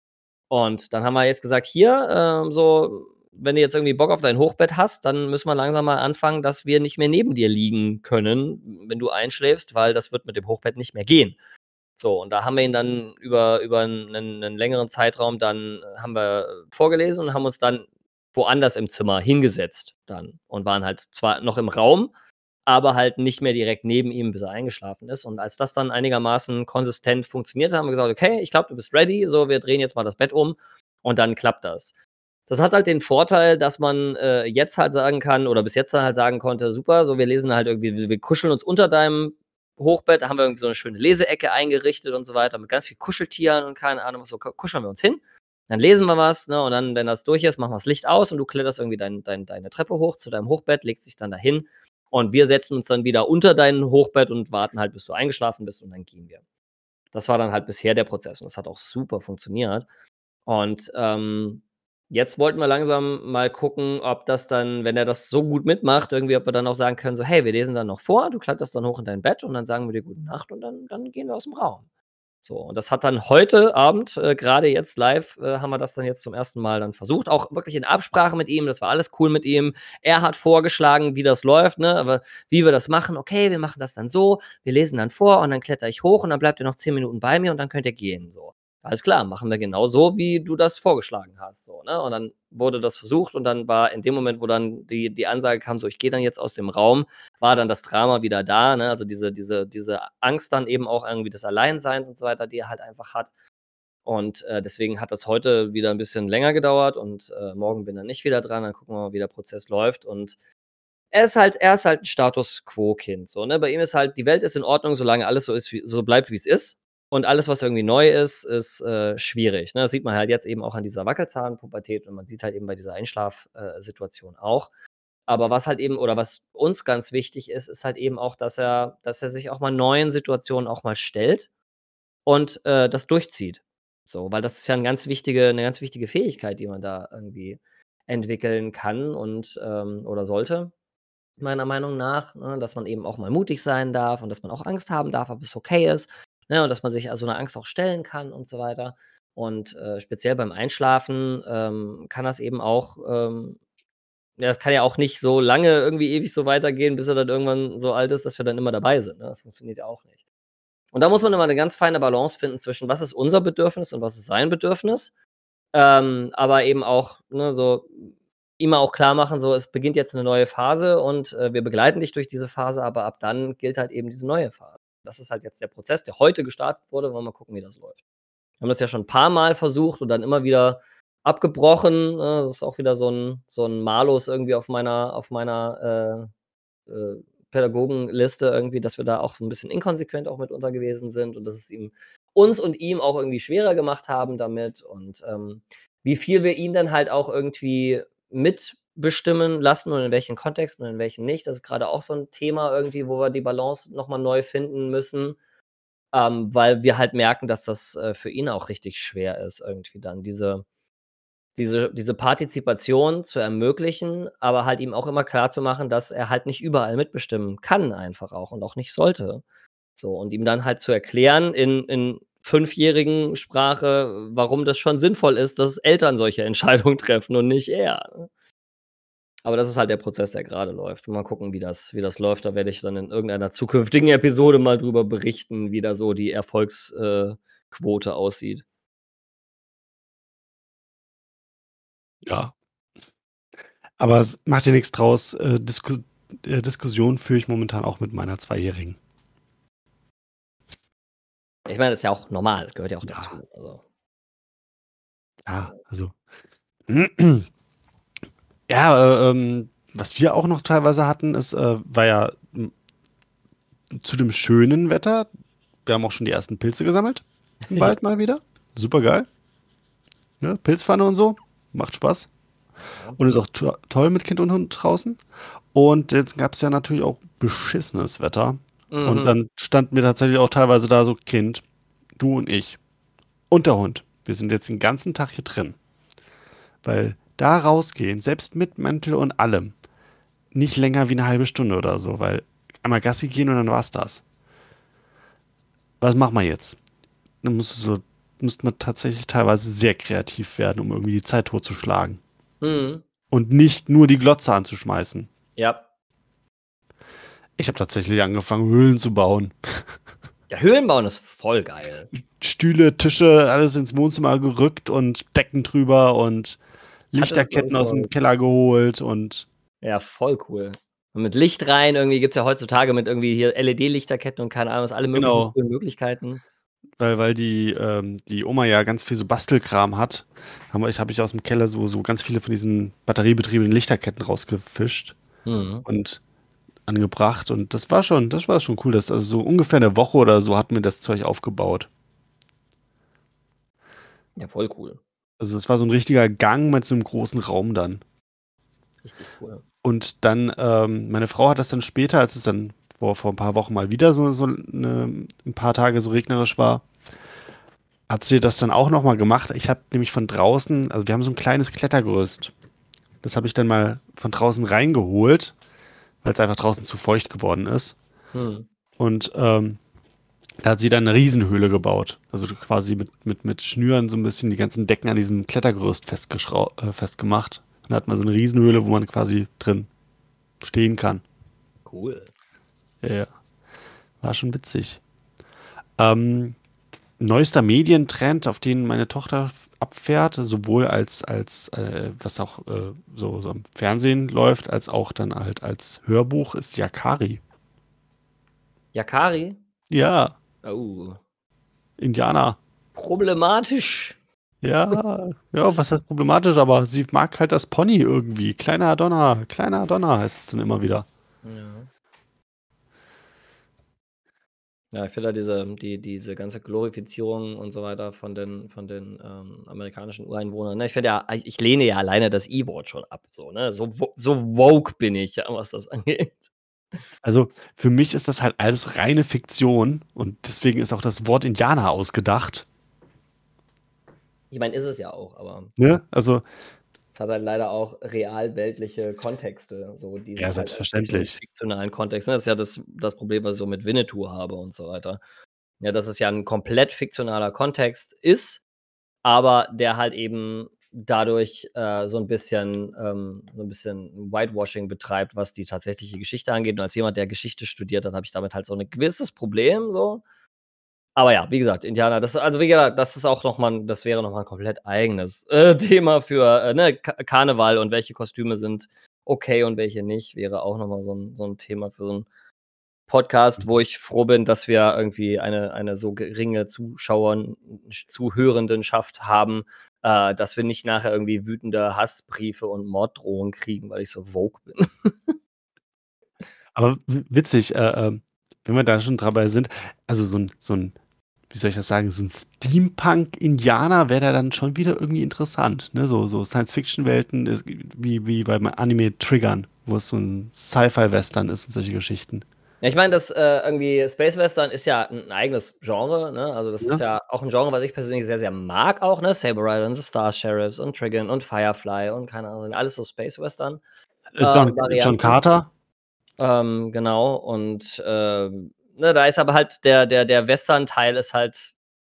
Und dann haben wir jetzt gesagt: „Hier, ähm, so, wenn du jetzt irgendwie Bock auf dein Hochbett hast, dann müssen wir langsam mal anfangen, dass wir nicht mehr neben dir liegen können, wenn du einschläfst, weil das wird mit dem Hochbett nicht mehr gehen.“ So, und da haben wir ihn dann über über 'n 'nen 'nen längeren Zeitraum dann haben wir vorgelesen und haben uns dann woanders im Zimmer hingesetzt dann und waren halt zwar noch im Raum, aber halt nicht mehr direkt neben ihm, bis er eingeschlafen ist. Und als das dann einigermaßen konsistent funktioniert hat, haben wir gesagt: „Okay, ich glaube, du bist ready, so, wir drehen jetzt mal das Bett um“ und dann klappt das. Das hat halt den Vorteil, dass man, äh, jetzt halt sagen kann oder bis jetzt dann halt sagen konnte: „Super, so, wir lesen halt irgendwie wir wir kuscheln uns unter deinem Hochbett.“ Da haben wir irgendwie so 'ne schöne Leseecke eingerichtet und so weiter mit ganz viel Kuscheltieren und keine Ahnung was, so ku kuscheln wir uns hin. Dann lesen wir was, ne, und dann, wenn das durch ist, machen wir das Licht aus und du kletterst irgendwie dein dein deine Treppe hoch zu deinem Hochbett, legst dich dann da hin und wir setzen uns dann wieder unter dein Hochbett und warten halt, bis du eingeschlafen bist und dann gehen wir. Das war dann halt bisher der Prozess und das hat auch super funktioniert. Und, ähm, jetzt wollten wir langsam mal gucken, ob das dann, wenn er das so gut mitmacht, irgendwie ob wir dann auch sagen können, so: „Hey, wir lesen dann noch vor, du kletterst dann hoch in dein Bett und dann sagen wir dir gute Nacht und dann dann gehen wir aus'm Raum.“ So, und das hat dann heute Abend, äh, grade jetzt live, äh, haben wir das dann jetzt zum ersten Mal dann versucht, auch wirklich in Absprache mit ihm. Das war alles cool mit ihm. Er hat vorgeschlagen, wie das läuft, ne, aber wie wir das machen: „Okay, wir machen das dann so, wir lesen dann vor und dann klettere ich hoch und dann bleibt ihr noch zehn Minuten bei mir und dann könnt ihr gehen“, so. Alles klar, machen wir genau so, wie du das vorgeschlagen hast, so, ne? Und dann wurde das versucht und dann war in dem Moment, wo dann die die Ansage kam, so: „Ich gehe dann jetzt aus dem Raum“, war dann das Drama wieder da, ne? Also diese diese diese Angst dann eben auch irgendwie des Alleinseins und so weiter, die er halt einfach hat. Und äh, deswegen hat das heute wieder ein bisschen länger gedauert und äh, morgen bin dann nicht wieder dran. Dann gucken wir mal, wie der Prozess läuft. Und er ist halt, er ist halt ein Status-Quo-Kind. So, ne? Bei ihm ist halt, die Welt ist in Ordnung, solange alles so ist, wie, so bleibt, wie es ist. Und alles, was irgendwie neu ist, ist äh, schwierig. Ne? Das sieht man halt jetzt eben auch an dieser Wackelzahnpubertät und man sieht halt eben bei dieser Einschlafsituation auch. Aber was halt eben, oder was uns ganz wichtig ist, ist halt eben auch, dass er, dass er sich auch mal neuen Situationen auch mal stellt und äh, das durchzieht. So, weil das ist ja 'n ganz wichtige 'ne ganz wichtige Fähigkeit, die man da irgendwie entwickeln kann und, ähm oder sollte, meiner Meinung nach, ne, dass man eben auch mal mutig sein darf und dass man auch Angst haben darf, aber es okay ist, ne, und dass man sich, also, 'ner Angst auch stellen kann und so weiter. Und äh, speziell beim Einschlafen ähm, kann das eben auch ähm, ja, das kann ja auch nicht so lange irgendwie ewig so weitergehen, bis er dann irgendwann so alt ist, dass wir dann immer dabei sind, ne? Das funktioniert ja auch nicht. Und da muss man immer 'ne ganz feine Balance finden zwischen: Was ist unser Bedürfnis und was ist sein Bedürfnis? Ähm, aber eben auch, ne, so ihm auch klarmachen, so: „Es beginnt jetzt 'ne neue Phase und äh, wir begleiten dich durch diese Phase, aber ab dann gilt halt eben diese neue Phase.“ Das ist halt jetzt der Prozess, der heute gestartet wurde. Wollen wir mal gucken, wie das läuft. Wir haben das ja schon 'n paarmal versucht und dann immer wieder abgebrochen, ne? Das ist auch wieder so 'n so 'n Malus irgendwie auf meiner auf meiner äh, äh, Pädagogenliste irgendwie, dass wir da auch so 'n bisschen inkonsequent auch mitunter gewesen sind und dass es ihm uns und ihm auch irgendwie schwerer gemacht haben damit und ähm, wie viel wir ihn dann halt auch irgendwie mitbestimmen lassen und in welchen Kontexten und in welchen nicht. Das ist grade auch so 'n Thema irgendwie, wo wir die Balance noch mal neu finden müssen, ähm, weil wir halt merken, dass das äh, für ihn auch richtig schwer ist, irgendwie dann diese diese diese Partizipation zu ermöglichen, aber halt ihm auch immer klarzumachen, dass er halt nicht überall mitbestimmen kann einfach auch und auch nicht sollte. So, und ihm dann halt zu erklären in in fünfjährigen Sprache, warum das schon sinnvoll ist, dass Eltern solche Entscheidungen treffen und nicht er, ne? Aber das ist halt der Prozess, der grade läuft. Mal gucken, wie das wie das läuft. Da werde ich dann in irgendeiner zukünftigen Episode mal drüber berichten, wie da so die Erfolgs äh, Quote aussieht. Ja. Aber es macht dir nix draus, äh, Disku äh, Diskussionen führe ich momentan auch mit meiner Zweijährigen. Ich meine, das ist ja auch normal, gehört ja auch Ja. dazu, also. Ja, also ja, äh, ähm, was wir auch noch teilweise hatten, ist, äh war ja hm zu dem schönen Wetter. Wir haben auch schon die ersten Pilze gesammelt im Ja. Wald mal wieder. Supergeil. Ne, Pilzpfanne und so, macht Spaß. Ja. Und ist auch to toll mit Kind und Hund draußen. Und jetzt gab's ja natürlich auch beschissenes Wetter. Und Mhm. dann standen wir tatsächlich auch teilweise da so: „Kind, du und ich und der Hund. Wir sind jetzt den ganzen Tag hier drin.“ Weil da rausgehen, selbst mit Mantel und allem, nicht länger wie 'ne halbe Stunde oder so, weil einmal Gassi gehen und dann war's das. Was machen wir jetzt? Dann musst du so musste man tatsächlich teilweise sehr kreativ werden, um irgendwie die Zeit totzuschlagen. Mhm. Und nicht nur die Glotze anzuschmeißen. Ja. Ich habe tatsächlich angefangen, Höhlen zu bauen. Ja, Höhlen bauen ist voll geil. Stühle, Tische, alles ins Wohnzimmer gerückt und Decken drüber und Hatte das, glaube Lichterketten ich, schon mal aus'm Keller geholt und Ja, voll cool. Und mit Licht rein irgendwie gibt's ja heutzutage mit irgendwie hier LED-Lichterketten und keine Ahnung was, alle möglichen Genau. coolen Möglichkeiten. Weil weil die ähm, die Oma ja ganz viel so Bastelkram hat, haben wir ich habe ich aus'm Keller so so ganz viele von diesen batteriebetriebenen Lichterketten rausgefischt Mhm. und angebracht. Und das war schon das war schon cool. Das also, so ungefähr 'ne Woche oder so hatten wir das Zeug aufgebaut. Ja, voll cool. Also, es war so 'n richtiger Gang mit so 'nem großen Raum dann. Richtig cool. Und dann ähm, meine Frau hat das dann später, als es dann vor vor 'n paar Wochen mal wieder so so 'ne 'n paar Tage so regnerisch war hat sie das dann auch noch mal gemacht. Ich habe nämlich von draußen also, wir haben so 'n kleines Klettergerüst. Das habe ich dann mal von draußen reingeholt, weil's einfach draußen zu feucht geworden ist. Mhm. Und, ähm, da hat sie dann 'ne Riesenhöhle gebaut. Also, du quasi mit mit mit Schnüren so 'n bisschen die ganzen Decken an diesem Klettergerüst festgeschrau äh, festgemacht. Und da hat man so 'ne Riesenhöhle, wo man quasi drin stehen kann. Cool. Ja, ja. War schon witzig. Ähm, neuester Medientrend, auf den meine Tochter f abfährt, sowohl als als äh, was auch, äh, so so im Fernsehen läuft, als auch dann halt als Hörbuch, ist Yakari. Yakari? Ja. Oh. Indianer. Problematisch. Ja, ja, was heißt problematisch, aber sie mag halt das Pony irgendwie. Kleiner Donner, kleiner Donner heißt es dann immer wieder. Ja. Ja, ich finde halt diese die diese ganze Glorifizierung und so weiter von den von den, ähm, amerikanischen Ureinwohnern, ne? Ich finde ja ich lehne ja alleine das E-Wort schon ab, so, ne? So wo so woke bin ich ja, was das angeht. Also, für mich ist das halt alles reine Fiktion und deswegen ist auch das Wort Indianer ausgedacht, Ich meine, ist es ja auch, aber ne? Also, es hat halt leider auch realweltliche Kontexte, so, die ja, sich halt entwickeln in selbstverständlich. fiktionalen Kontext, ne? Das ist ja das das Problem, was ich so mit Winnetou habe und so weiter. Ja, dass es ja 'n komplett fiktionaler Kontext ist, aber der halt eben dadurch, äh, so 'n bisschen ähm, so 'n bisschen Whitewashing betreibt, was die tatsächliche Geschichte angeht. Und als jemand, der Geschichte studiert hat, habe ich damit halt so 'n gewisses Problem so. Aber ja, wie gesagt, Indianer, das also, wie gesagt, das ist auch noch mal 'n das wäre noch mal 'n komplett eigenes, äh, Thema für, äh, ne, Ka Karneval und welche Kostüme sind okay und welche nicht, wäre auch noch mal so 'n so 'n Thema für so 'n Podcast, wo ich froh bin, dass wir irgendwie eine eine so geringe Zuschauern Zuhörendenschaft haben, äh, dass wir nicht nachher irgendwie wütende Hassbriefe und Morddrohungen kriegen, weil ich so woke bin. Aber w witzig, äh, ähm, wenn wir da schon dabei sind, also so 'n so 'n wie soll ich das sagen, so 'n Steampunk-Indianer wäre da dann schon wieder irgendwie interessant, ne? So so Science-Fiction-Welten, es wie wie beim Anime Triggern, wo es so 'n Sci-Fi-Western ist und solche Geschichten. Ja, ich meine, das, äh, irgendwie Space Western ist ja 'n 'n eigenes Genre, ne? Also, das ist Ja. ja auch 'n Genre, was ich persönlich sehr, sehr mag auch, ne? Saber Rider and the Star Sheriffs und Trigun und Firefly und keine Ahnung, alles so Space Western, Äh, äh, John John Varianten. Carter? Ähm, genau und, ähm, ne, da ist aber halt der der der Western-Teil ist halt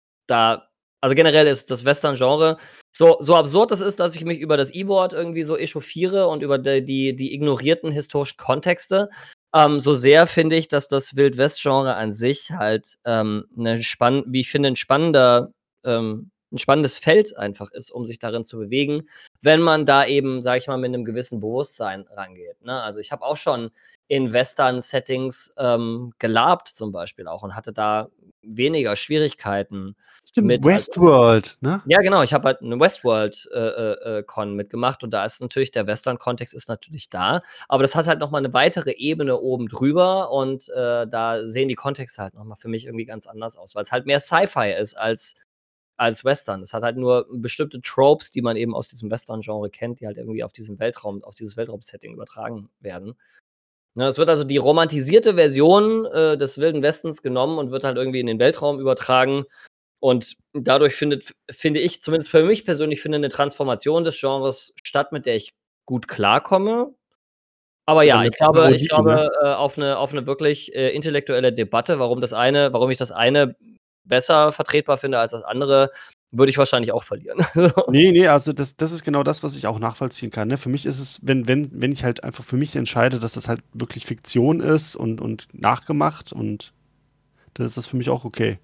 da also, generell ist das Western-Genre so so absurd das ist, dass ich mich über das E-Wort irgendwie so echauffiere und über de die die ignorierten historischen Kontexte, ähm, so sehr finde ich, dass das Wild-West-Genre an sich halt, ähm, 'ne spann wie ich finde, 'n spannender ähm, 'n spannendes Feld einfach ist, um sich darin zu bewegen, wenn man da eben, sage ich mal, mit 'nem gewissen Bewusstsein rangeht, ne? Also, ich habe auch schon in Western-Settings, ähm, gelabt zum Beispiel auch und hatte da weniger Schwierigkeiten Stimmt, mit als Westworld, ne? ja, genau, ich habe halt 'ne Westworld, äh, äh, äh, Con mitgemacht und da ist natürlich der Western-Kontext ist natürlich da, aber das hat halt noch mal 'ne weitere Ebene oben drüber und, äh, da sehen die Kontexte halt noch mal für mich irgendwie ganz anders aus, weil's halt mehr Sci-Fi ist als als Western. Es hat halt nur bestimmte Tropes, die man eben aus diesem Western-Genre kennt, die halt irgendwie auf diesen Weltraum auf dieses Weltraum-Setting übertragen werden. Ne, es wird also die romantisierte Version, äh, des Wilden Westens genommen und wird halt irgendwie in den Weltraum übertragen und dadurch findet f finde ich, zumindest für mich persönlich, findet 'ne Transformation des Genres statt, mit der ich gut klarkomme. Aber Ist aber ja, 'ne ich glaube ich Parodie, ne? glaube, äh, auf 'ne auf 'ne wirklich, äh, intellektuelle Debatte, warum das eine warum ich das eine besser vertretbar finde als das andere, würde ich wahrscheinlich auch verlieren. Ne, ne, also das das ist genau das, was ich auch nachvollziehen kann, ne? Für mich ist es, wenn wenn wenn ich halt einfach für mich entscheide, dass das halt wirklich Fiktion ist und und nachgemacht und dann ist das für mich auch okay.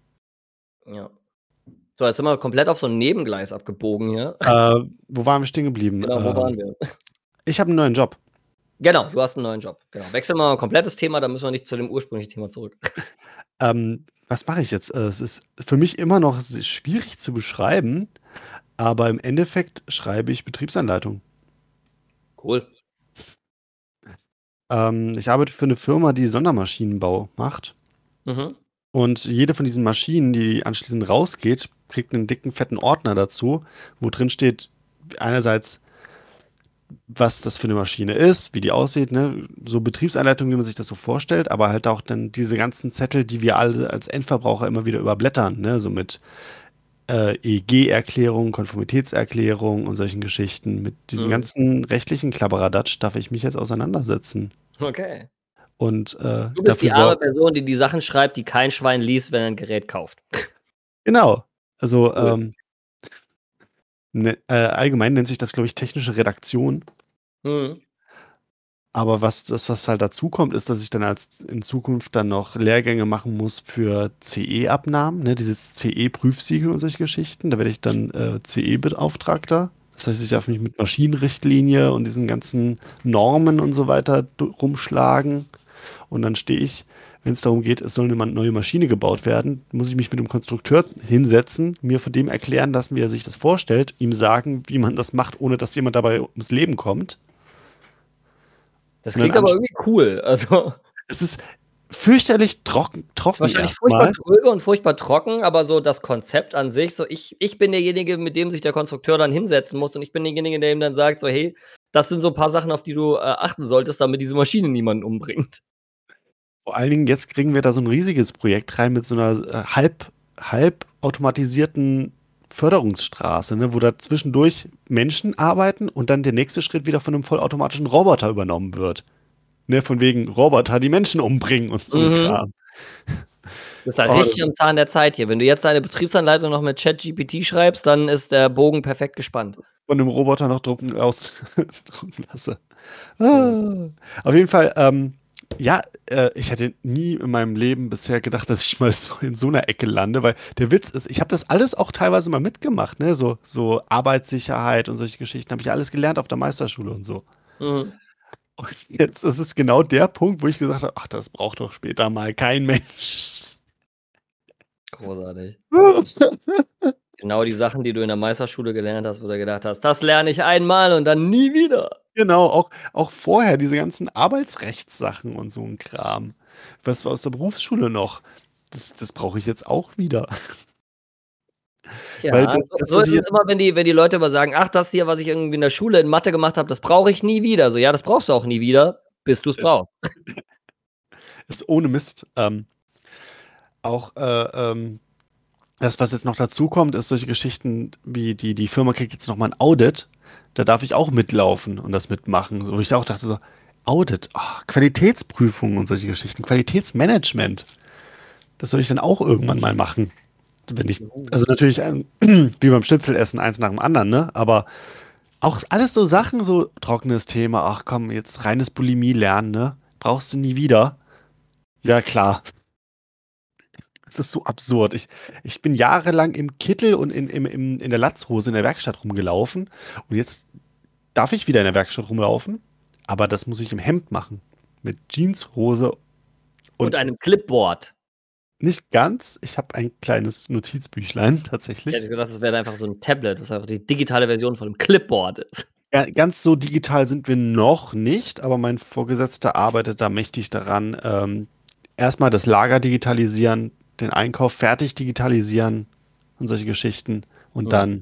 Ja. So, jetzt sind wir komplett auf so 'n Nebengleis abgebogen hier. Äh, wo waren wir stehen geblieben? Genau, wo waren Ähm, wir? ich habe 'n neuen Job. Genau, du hast 'n neuen Job. Genau. Wechseln wir mal komplett das Thema, dann müssen wir nicht zu dem ursprünglichen Thema zurück. Ähm, was mache ich jetzt? Äh, es ist für mich immer noch s schwierig zu beschreiben, aber im Endeffekt schreibe ich Betriebsanleitungen. Cool. Ähm, ich arbeite für 'ne Firma, die Sondermaschinenbau macht. Mhm. Und jede von diesen Maschinen, die anschließend rausgeht, kriegt 'nen dicken, fetten Ordner dazu, wo drin steht, einerseits was das für 'ne Maschine ist, wie die aussieht, ne? So Betriebsanleitung, wie man sich das so vorstellt, aber halt auch dann diese ganzen Zettel, die wir alle als Endverbraucher immer wieder überblättern, ne? So mit, äh, EEG-Erklärung, Konformitätserklärung und solchen Geschichten. Mit diesem Mhm. ganzen rechtlichen Klabberadatsch darf ich mich jetzt auseinandersetzen. Okay. Und, äh, Du bist dafür die arme sorgen Person, die die Sachen schreibt, die kein Schwein liest, wenn er 'n Gerät kauft. Genau. Also, Cool. ähm ne, äh, allgemein nennt sich das, glaube ich, technische Redaktion. Mhm. Aber was das, was halt dazukommt, ist, dass ich dann als in Zukunft dann noch Lehrgänge machen muss für CE-Abnahmen, ne, dieses CE-Prüfsiegel und solche Geschichten. Da werde ich dann, äh, CE-Beauftragter. Das heißt, ich darf mich mit Maschinenrichtlinie und diesen ganzen Normen und so weiter du rumschlagen. Und dann stehe ich, wenn es darum geht, es soll eine neue Maschine gebaut werden, muss ich mich mit dem Konstrukteur hinsetzen, mir von dem erklären lassen, wie er sich das vorstellt, ihm sagen, wie man das macht, ohne dass jemand dabei ums Leben kommt. Das klingt aber irgendwie cool. Also es ist fürchterlich trocken, trocken wahrscheinlich furchtbar dröge und furchtbar trocken, aber so das Konzept an sich, so ich, ich bin derjenige, mit dem sich der Konstrukteur dann hinsetzen muss und ich bin derjenige, der ihm dann sagt, so hey, das sind so ein paar Sachen, auf die du äh, achten solltest, damit diese Maschine niemanden umbringt. Vor allen Dingen, jetzt kriegen wir da so ein riesiges Projekt rein mit so einer äh, halb, halb automatisierten Förderungsstraße, ne, wo da zwischendurch Menschen arbeiten und dann der nächste Schritt wieder von einem vollautomatischen Roboter übernommen wird. Ne, von wegen Roboter, die Menschen umbringen und so ein Mhm. Kram. Das ist halt Oh, richtig am Zahn der Zeit hier. Wenn du jetzt deine Betriebsanleitung noch mit ChatGPT schreibst, dann ist der Bogen perfekt gespannt. Von einem Roboter noch drucken aus drucken lasse. Ah. Auf jeden Fall, ähm, ja, äh, ich hätte nie in meinem Leben bisher gedacht, dass ich mal so in so einer Ecke lande, weil der Witz ist, ich habe das alles auch teilweise mal mitgemacht, ne? So, so Arbeitssicherheit und solche Geschichten habe ich alles gelernt auf der Meisterschule und so. Mhm. Und jetzt ist es genau der Punkt, wo ich gesagt habe, ach, das braucht doch später mal kein Mensch. Großartig. Genau die Sachen, die du in der Meisterschule gelernt hast, wo du gedacht hast, das lerne ich einmal und dann nie wieder. Genau, auch, auch vorher diese ganzen Arbeitsrechtssachen und so ein Kram. Was war aus der Berufsschule noch? Das, das brauche ich jetzt auch wieder. Ja, Weil das, so, das, so was ist ich es jetzt, immer, wenn die, wenn die Leute immer sagen, ach, das hier, was ich irgendwie in der Schule in Mathe gemacht habe, das brauche ich nie wieder. So, ja, das brauchst du auch nie wieder, bis du es brauchst. ist ohne Mist. Ähm, auch äh, ähm, das, was jetzt noch dazu kommt, ist solche Geschichten wie die, die Firma kriegt jetzt nochmal ein Audit. Da darf ich auch mitlaufen und das mitmachen. So, wo ich auch dachte so, Audit, ach, Qualitätsprüfungen und solche Geschichten, Qualitätsmanagement. Das soll ich dann auch irgendwann mal machen. Wenn ich, also natürlich ähm, wie beim Schnitzelessen eins nach dem anderen, ne? Aber auch alles so Sachen, so trockenes Thema, ach komm, jetzt reines Bulimie lernen, ne? Brauchst du nie wieder. Ja, klar. Es ist so absurd. Ich, ich bin jahrelang im Kittel und in, im, im, in der Latzhose in der Werkstatt rumgelaufen. Und jetzt darf ich wieder in der Werkstatt rumlaufen. Aber das muss ich im Hemd machen. Mit Jeanshose und, Und einem Clipboard. nicht ganz. Ich habe ein kleines Notizbüchlein tatsächlich. Ich hätte gedacht, das wäre einfach so ein Tablet, was einfach die digitale Version von einem Clipboard ist. Ja, ganz so digital sind wir noch nicht, aber mein Vorgesetzter arbeitet da mächtig daran. Ähm, erstmal das Lager digitalisieren, den Einkauf fertig digitalisieren und solche Geschichten. Und Mhm. dann,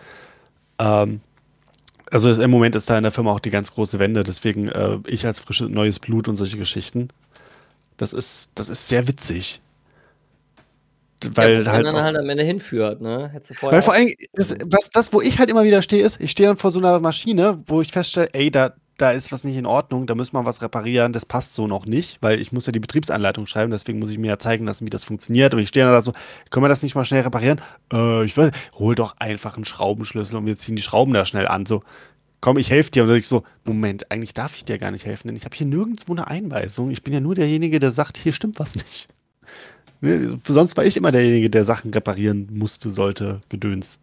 ähm, also ist, im Moment ist da in der Firma auch die ganz große Wende, deswegen äh, ich als frisches neues Blut und solche Geschichten. Das ist, das ist sehr witzig. Weil ja, halt, dann auch, halt am Ende hinführt, ne? Hättest du vorher weil vor auch- allem, das, was, das, wo ich halt immer wieder stehe, ist, ich stehe dann vor so einer Maschine, wo ich feststelle, ey, da, da ist was nicht in Ordnung, da müssen wir was reparieren, das passt so noch nicht, weil ich muss ja die Betriebsanleitung schreiben, deswegen muss ich mir ja zeigen lassen, wie das funktioniert. Und ich stehe dann da so, können wir das nicht mal schnell reparieren? Äh, ich weiß, hol doch einfach einen Schraubenschlüssel und wir ziehen die Schrauben da schnell an. So, komm, ich helfe dir. Und dann ich so, Moment, eigentlich darf ich dir gar nicht helfen, denn ich habe hier nirgendwo eine Einweisung. Ich bin ja nur derjenige, der sagt, hier stimmt was nicht. Ne, sonst war ich immer derjenige, der Sachen reparieren musste, sollte, Gedöns.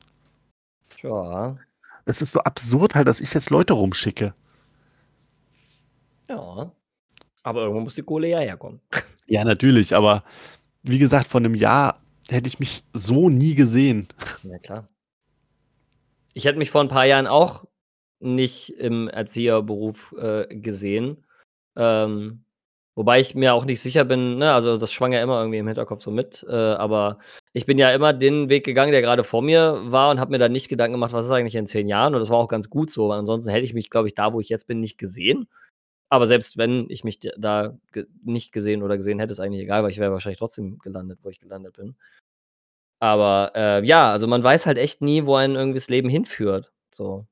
Ja. Es ist so absurd halt, dass ich jetzt Leute rumschicke. Ja. Aber irgendwo muss die Kohle ja herkommen. Ja, natürlich, aber wie gesagt, vor einem Jahr hätte ich mich so nie gesehen. Ja, klar. Ich hätte mich vor ein paar Jahren auch nicht im Erzieherberuf äh, gesehen. Ähm, wobei ich mir auch nicht sicher bin, ne, also das schwang ja immer irgendwie im Hinterkopf so mit, äh, aber ich bin ja immer den Weg gegangen, der gerade vor mir war und habe mir dann nicht Gedanken gemacht, was ist eigentlich in zehn Jahren und das war auch ganz gut so, weil ansonsten hätte ich mich, glaube ich, da, wo ich jetzt bin, nicht gesehen. Aber selbst wenn ich mich d da ge nicht gesehen oder gesehen hätte, ist eigentlich egal, weil ich wäre wahrscheinlich trotzdem gelandet, wo ich gelandet bin. Aber, äh, ja, also man weiß halt echt nie, wo einen irgendwie das Leben hinführt, so.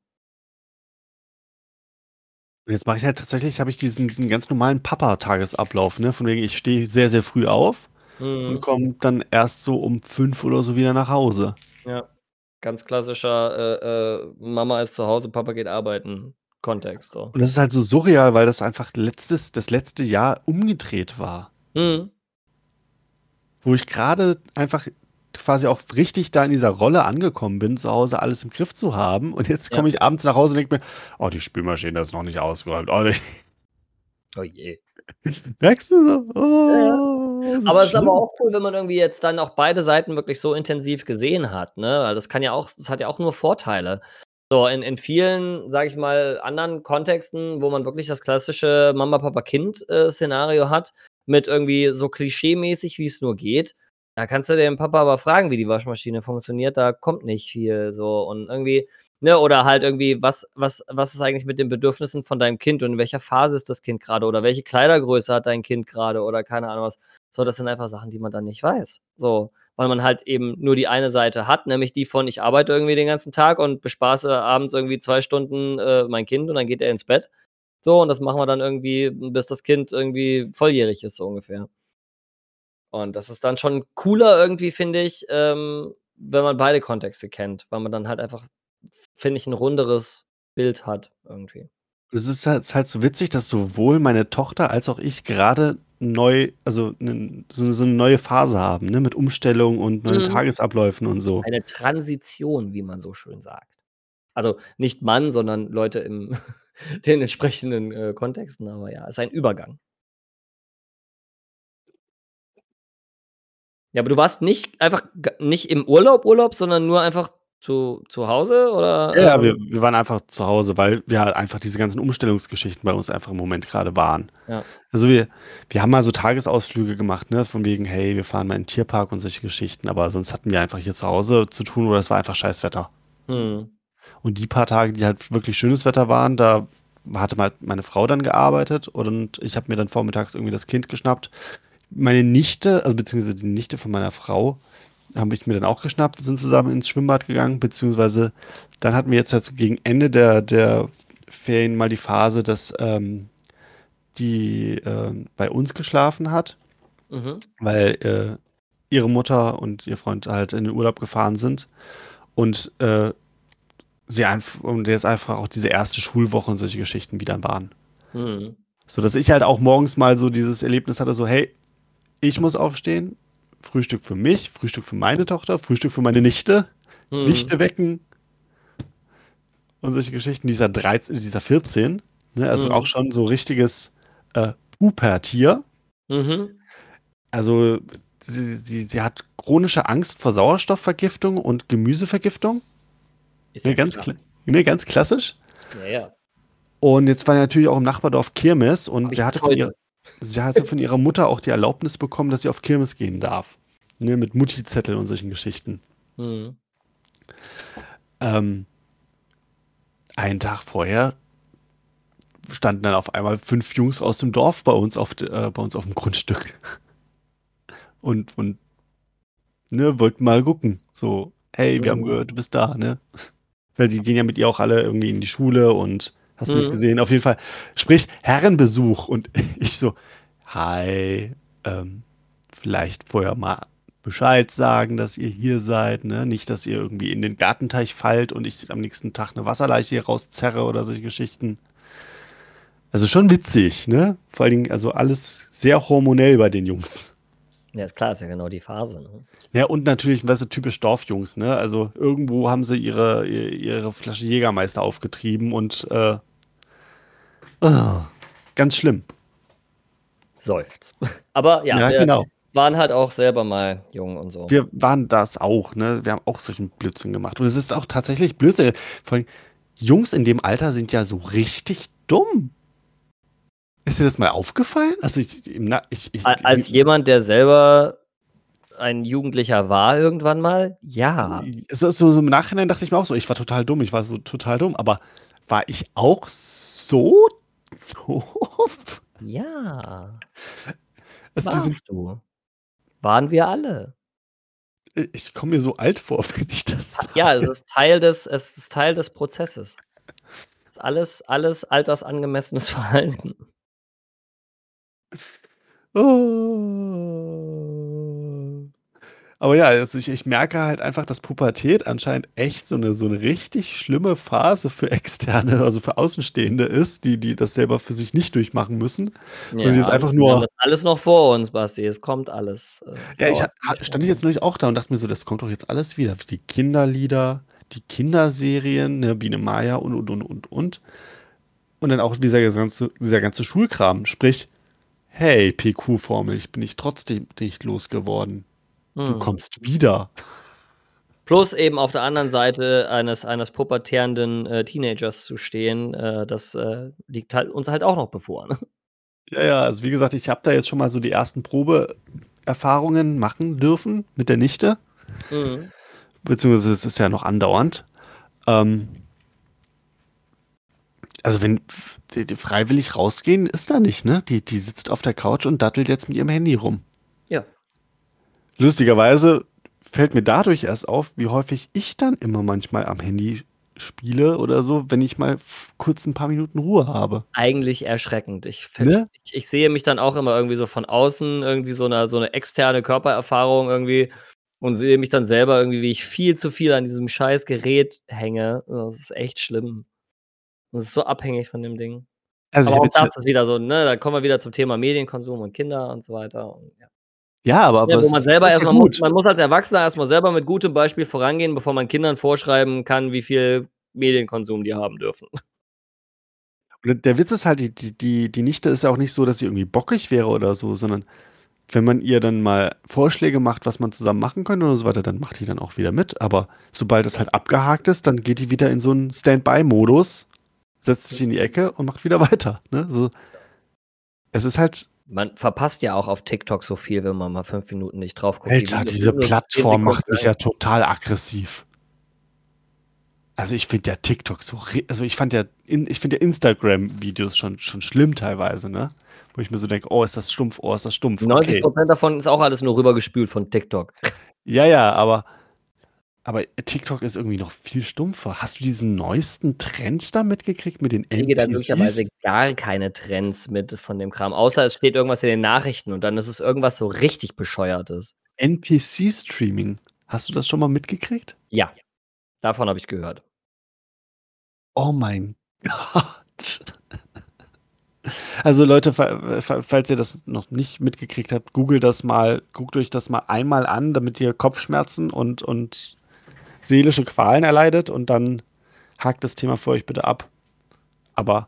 Und jetzt mache ich halt tatsächlich, habe ich diesen, diesen ganz normalen Papa-Tagesablauf, ne? Von wegen, ich stehe sehr, sehr früh auf und Mhm. komme dann erst so um fünf oder so wieder nach Hause. Ja. Ganz klassischer, äh, äh, Mama ist zu Hause, Papa geht arbeiten Kontext, so. Und das ist halt so surreal, weil das einfach letztes, das letzte Jahr umgedreht war. Mhm. Wo ich gerade einfach quasi auch richtig da in dieser Rolle angekommen bin, zu Hause alles im Griff zu haben. Und jetzt komme Ja. ich abends nach Hause und denke mir, oh, die Spülmaschine ist noch nicht ausgeräumt. Oh, die Oh je. merkst du so? Ja, ja. Oh. das Aber ist es ist aber schlimm. auch cool, wenn man irgendwie jetzt dann auch beide Seiten wirklich so intensiv gesehen hat, ne? Weil das kann ja auch das hat ja auch nur Vorteile. So, in in vielen, sage ich mal, anderen Kontexten, wo man wirklich das klassische Mama, Papa, Kind, äh, Szenario hat, mit irgendwie so klischeemäßig, wie es nur geht. Da kannst du den Papa aber fragen, wie die Waschmaschine funktioniert, da kommt nicht viel so und irgendwie ne, oder halt irgendwie, was was was ist eigentlich mit den Bedürfnissen von deinem Kind und in welcher Phase ist das Kind grade oder welche Kleidergröße hat dein Kind grade oder keine Ahnung was. So, das sind einfach Sachen, die man dann nicht weiß. So, weil man halt eben nur die eine Seite hat, nämlich die von: „Ich arbeite irgendwie den ganzen Tag und bespaße abends irgendwie zwei Stunden, äh, mein Kind und dann geht er ins Bett.“ So, und das machen wir dann irgendwie, bis das Kind irgendwie volljährig ist, so ungefähr. Und das ist dann schon cooler irgendwie, finde ich, ähm, wenn man beide Kontexte kennt, weil man dann halt einfach, finde ich, 'n runderes Bild hat irgendwie. Es ist halt ist halt so witzig, dass sowohl meine Tochter als auch ich gerade neu also 'nen so so 'ne neue Phase haben, ne, mit Umstellung und neuen Mhm. Tagesabläufen und so. Eine Transition, wie man so schön sagt. Also, nicht Mann, sondern Leute im den entsprechenden, äh, Kontexten, aber ja, ist ein Übergang. Ja, aber du warst nicht einfach g nicht im Urlaub, Urlaub, sondern nur einfach zu zu Hause Ja, oder, ja, wir ähm wir waren einfach zu Hause, weil wir halt einfach diese ganzen Umstellungsgeschichten bei uns einfach im Moment grade waren. Ja. Also, wir wir haben mal so Tagesausflüge gemacht, ne, von wegen: „Hey, wir fahren mal in 'n Tierpark“ und solche Geschichten, aber sonst hatten wir einfach hier zu Hause zu tun oder es war einfach Scheißwetter. Mhm. Und die paar Tage, die halt wirklich schönes Wetter waren, da hatte halt meine Frau dann gearbeitet und ich habe mir dann vormittags irgendwie das Kind geschnappt. Meine Nichte, also beziehungsweise die Nichte von meiner Frau, habe ich mir dann auch geschnappt. Wir sind zusammen ins Schwimmbad gegangen, beziehungsweise dann hatten wir jetzt halt so gegen Ende der der Ferien mal die Phase, dass, ähm, die, ähm, bei uns geschlafen hat, Mhm. weil, äh, ihre Mutter und ihr Freund halt in den Urlaub gefahren sind und, äh, sie einf und jetzt einfach auch diese erste Schulwoche und solche Geschichten wieder waren. Mhm. Sodass ich halt auch morgens mal so dieses Erlebnis hatte, so: „Hey, ich muss aufstehen, Frühstück für mich, Frühstück für meine Tochter, Frühstück für meine Nichte, Mhm. Nichte wecken“ und solche Geschichten. Die ist ja dreizehn die ist ja vierzehn, ne, also auch Mhm. schon so richtiges, äh, Pubertier. Mhm. Also, sie die die hat chronische Angst vor Sauerstoffvergiftung und Gemüsevergiftung. Ist Ne, ja ganz klar. kla ne, ganz klassisch. Ja, ja. Und jetzt war ja natürlich auch im Nachbardorf Kirmes und Habe sie ich hatte bis von ihr heute. sie hatte von ihrer Mutter auch die Erlaubnis bekommen, dass sie auf Kirmes gehen darf, ne, mit Mutti-Zettel und solchen Geschichten. Mhm. Ähm einen Tag vorher standen dann auf einmal fünf Jungs aus dem Dorf bei uns auf d äh, bei uns aufm Grundstück. Und und ne, wollten mal gucken, so: „Hey, wir haben Mhm. gehört, du bist da“, ne? Weil die gehen ja mit ihr auch alle irgendwie in die Schule und hast du nicht Mhm. gesehen. Auf jeden Fall, sprich Herrenbesuch und ich so: „Hi, ähm, vielleicht vorher mal Bescheid sagen, dass ihr hier seid, ne? Nicht, dass ihr irgendwie in den Gartenteich fallt und ich am nächsten Tag 'ne Wasserleiche hier rauszerre“ oder solche Geschichten. Also, schon witzig, ne? Vor allen Dingen, also, alles sehr hormonell bei den Jungs. Ja, ist klar, ist ja genau die Phase, ne? Ja, und natürlich, weißt du, typisch Dorfjungs, ne? Also, irgendwo haben sie ihre i ihre Flasche Jägermeister aufgetrieben und, äh ganz schlimm. Seufz. Aber ja, Ja, wir genau. waren halt auch selber mal jung und so. Wir waren das auch, ne? Wir haben auch solchen Blödsinn gemacht. Und es ist auch tatsächlich Blödsinn. Vor allem Jungs in dem Alter sind ja so richtig dumm. Ist dir das mal aufgefallen? Also, ich im Na ich ich A als jemand, der selber ein Jugendlicher war irgendwann mal, Also, ja. i so so im Nachhinein dachte ich mir auch so: „Ich war total dumm, ich war so total dumm.“ Aber war ich auch so doof? Ja. Also, die sind Warst du. Waren wir alle. I ich komme mir so alt vor, wenn ich das Ja, es sage. ist Teil des es ist Teil des Prozesses. Ist alles alles altersangemessenes Verhalten. Aber ja, also, ich ich merke halt einfach, dass Pubertät anscheinend echt so 'ne so 'ne richtig schlimme Phase für Externe, also, für Außenstehende ist, die die das selber für sich nicht durchmachen müssen, sondern die das Ja, einfach wir haben nur das alles noch vor uns, Basti. Es kommt alles. Äh, es Ja, ich ha dauert ha nicht stand ich lange. jetzt neulich auch da und dachte mir so: „Das kommt doch jetzt alles wieder. Die Kinderlieder, die Kinderserien, ne, Biene Maya und, und, und, und, und.“ Und dann auch dieser ganze dieser ganze Schulkram. Sprich, hey, P Q-Formel, ich bin dich trotzdem nicht losgeworden. Du Hm. kommst wieder. Plus eben auf der anderen Seite eines eines pubertierenden, äh, Teenagers zu stehen, äh, das, äh, liegt halt uns halt auch noch bevor, ne? Ja, ja, also wie gesagt, ich habe da jetzt schon mal so die ersten Probeerfahrungen machen dürfen mit der Nichte. Mhm. Beziehungsweise es ist ja noch andauernd. Ähm, also wenn die, die freiwillig rausgehen, ist da nicht, ne? Die, die sitzt auf der Couch und dattelt jetzt mit ihrem Handy rum. Ja. Lustigerweise fällt mir dadurch erst auf, wie häufig ich dann immer manchmal am Handy spiele oder so, wenn ich mal f- kurz ein paar Minuten Ruhe habe. Eigentlich erschreckend. Ich ver Ne? ich ich sehe mich dann auch immer irgendwie so von außen, irgendwie so 'ne so 'ne externe Körpererfahrung irgendwie und sehe mich dann selber irgendwie, wie ich viel zu viel an diesem scheiß Gerät hänge. Das ist echt schlimm. Das ist so abhängig von dem Ding. Also ich Aber habe auch jetzt, das ist wieder so, ne, da kommen wir wieder zum Thema Medienkonsum und Kinder und so weiter und ja. ja, aber, Ja, aber wo es man ist, selber ist erst ja mal muss gut. man muss als Erwachsener erst mal selber mit gutem Beispiel vorangehen, bevor man Kindern vorschreiben kann, wie viel Medienkonsum die haben dürfen. Und der Witz ist halt, die, die, die, die Nichte ist ja auch nicht so, dass sie irgendwie bockig wäre oder so, sondern wenn man ihr dann mal Vorschläge macht, was man zusammen machen könnte oder so weiter, dann macht die dann auch wieder mit. Aber sobald es halt abgehakt ist, dann geht die wieder in so einen Standby-Modus, setzt sich in die Ecke und macht wieder weiter. Ne? So, es ist halt, Man verpasst ja auch auf TikTok so viel, wenn man mal fünf Minuten nicht drauf guckt. Die Alter, Videos diese sind nur zehn Plattform Sekunden macht mich lang. ja total aggressiv. Also ich finde ja TikTok so, re- also ich fand ja, in, ich finde ja Instagram-Videos schon, schon schlimm teilweise, ne? Wo ich mir so denke, oh, ist das stumpf, oh, ist das stumpf, neunzig okay. Prozent davon ist auch alles nur rübergespült von TikTok. Ja, ja, aber, aber TikTok ist irgendwie noch viel stumpfer. Hast du diesen neuesten Trend da mitgekriegt mit den Ich kriege da N P glücklicherweise Cs? gar keine Trends mit von dem Kram, außer es steht irgendwas in den Nachrichten und dann ist es irgendwas so richtig Bescheuertes. N P C-Streaming. Hast du das schon mal mitgekriegt? Ja, davon habe ich gehört. Oh mein Gott. Also Leute, fa- fa- falls ihr das noch nicht mitgekriegt habt, googelt das mal, guckt euch das mal einmal an, damit ihr Kopfschmerzen und, und seelische Qualen erleidet und dann hakt das Thema für euch bitte ab. Aber,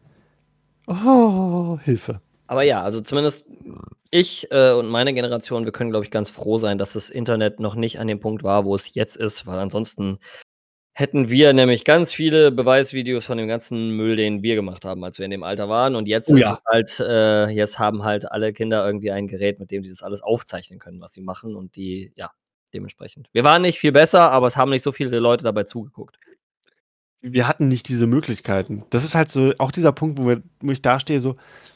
oh, Hilfe. Aber ja, also zumindest ich, äh, und meine Generation, wir können, glaube ich, ganz froh sein, dass das Internet noch nicht an dem Punkt war, wo es jetzt ist, weil ansonsten hätten wir nämlich ganz viele Beweisvideos von dem ganzen Müll, den wir gemacht haben, als wir in dem Alter waren. Und jetzt Oh ist ja. es halt, äh, jetzt haben halt alle Kinder irgendwie ein Gerät, mit dem die das alles aufzeichnen können, was sie machen. Und die, ja, dementsprechend. Wir waren nicht viel besser, aber es haben nicht so viele Leute dabei zugeguckt. Wir hatten nicht diese Möglichkeiten. Das ist halt so auch dieser Punkt, wo, wir, wo ich da stehe, so,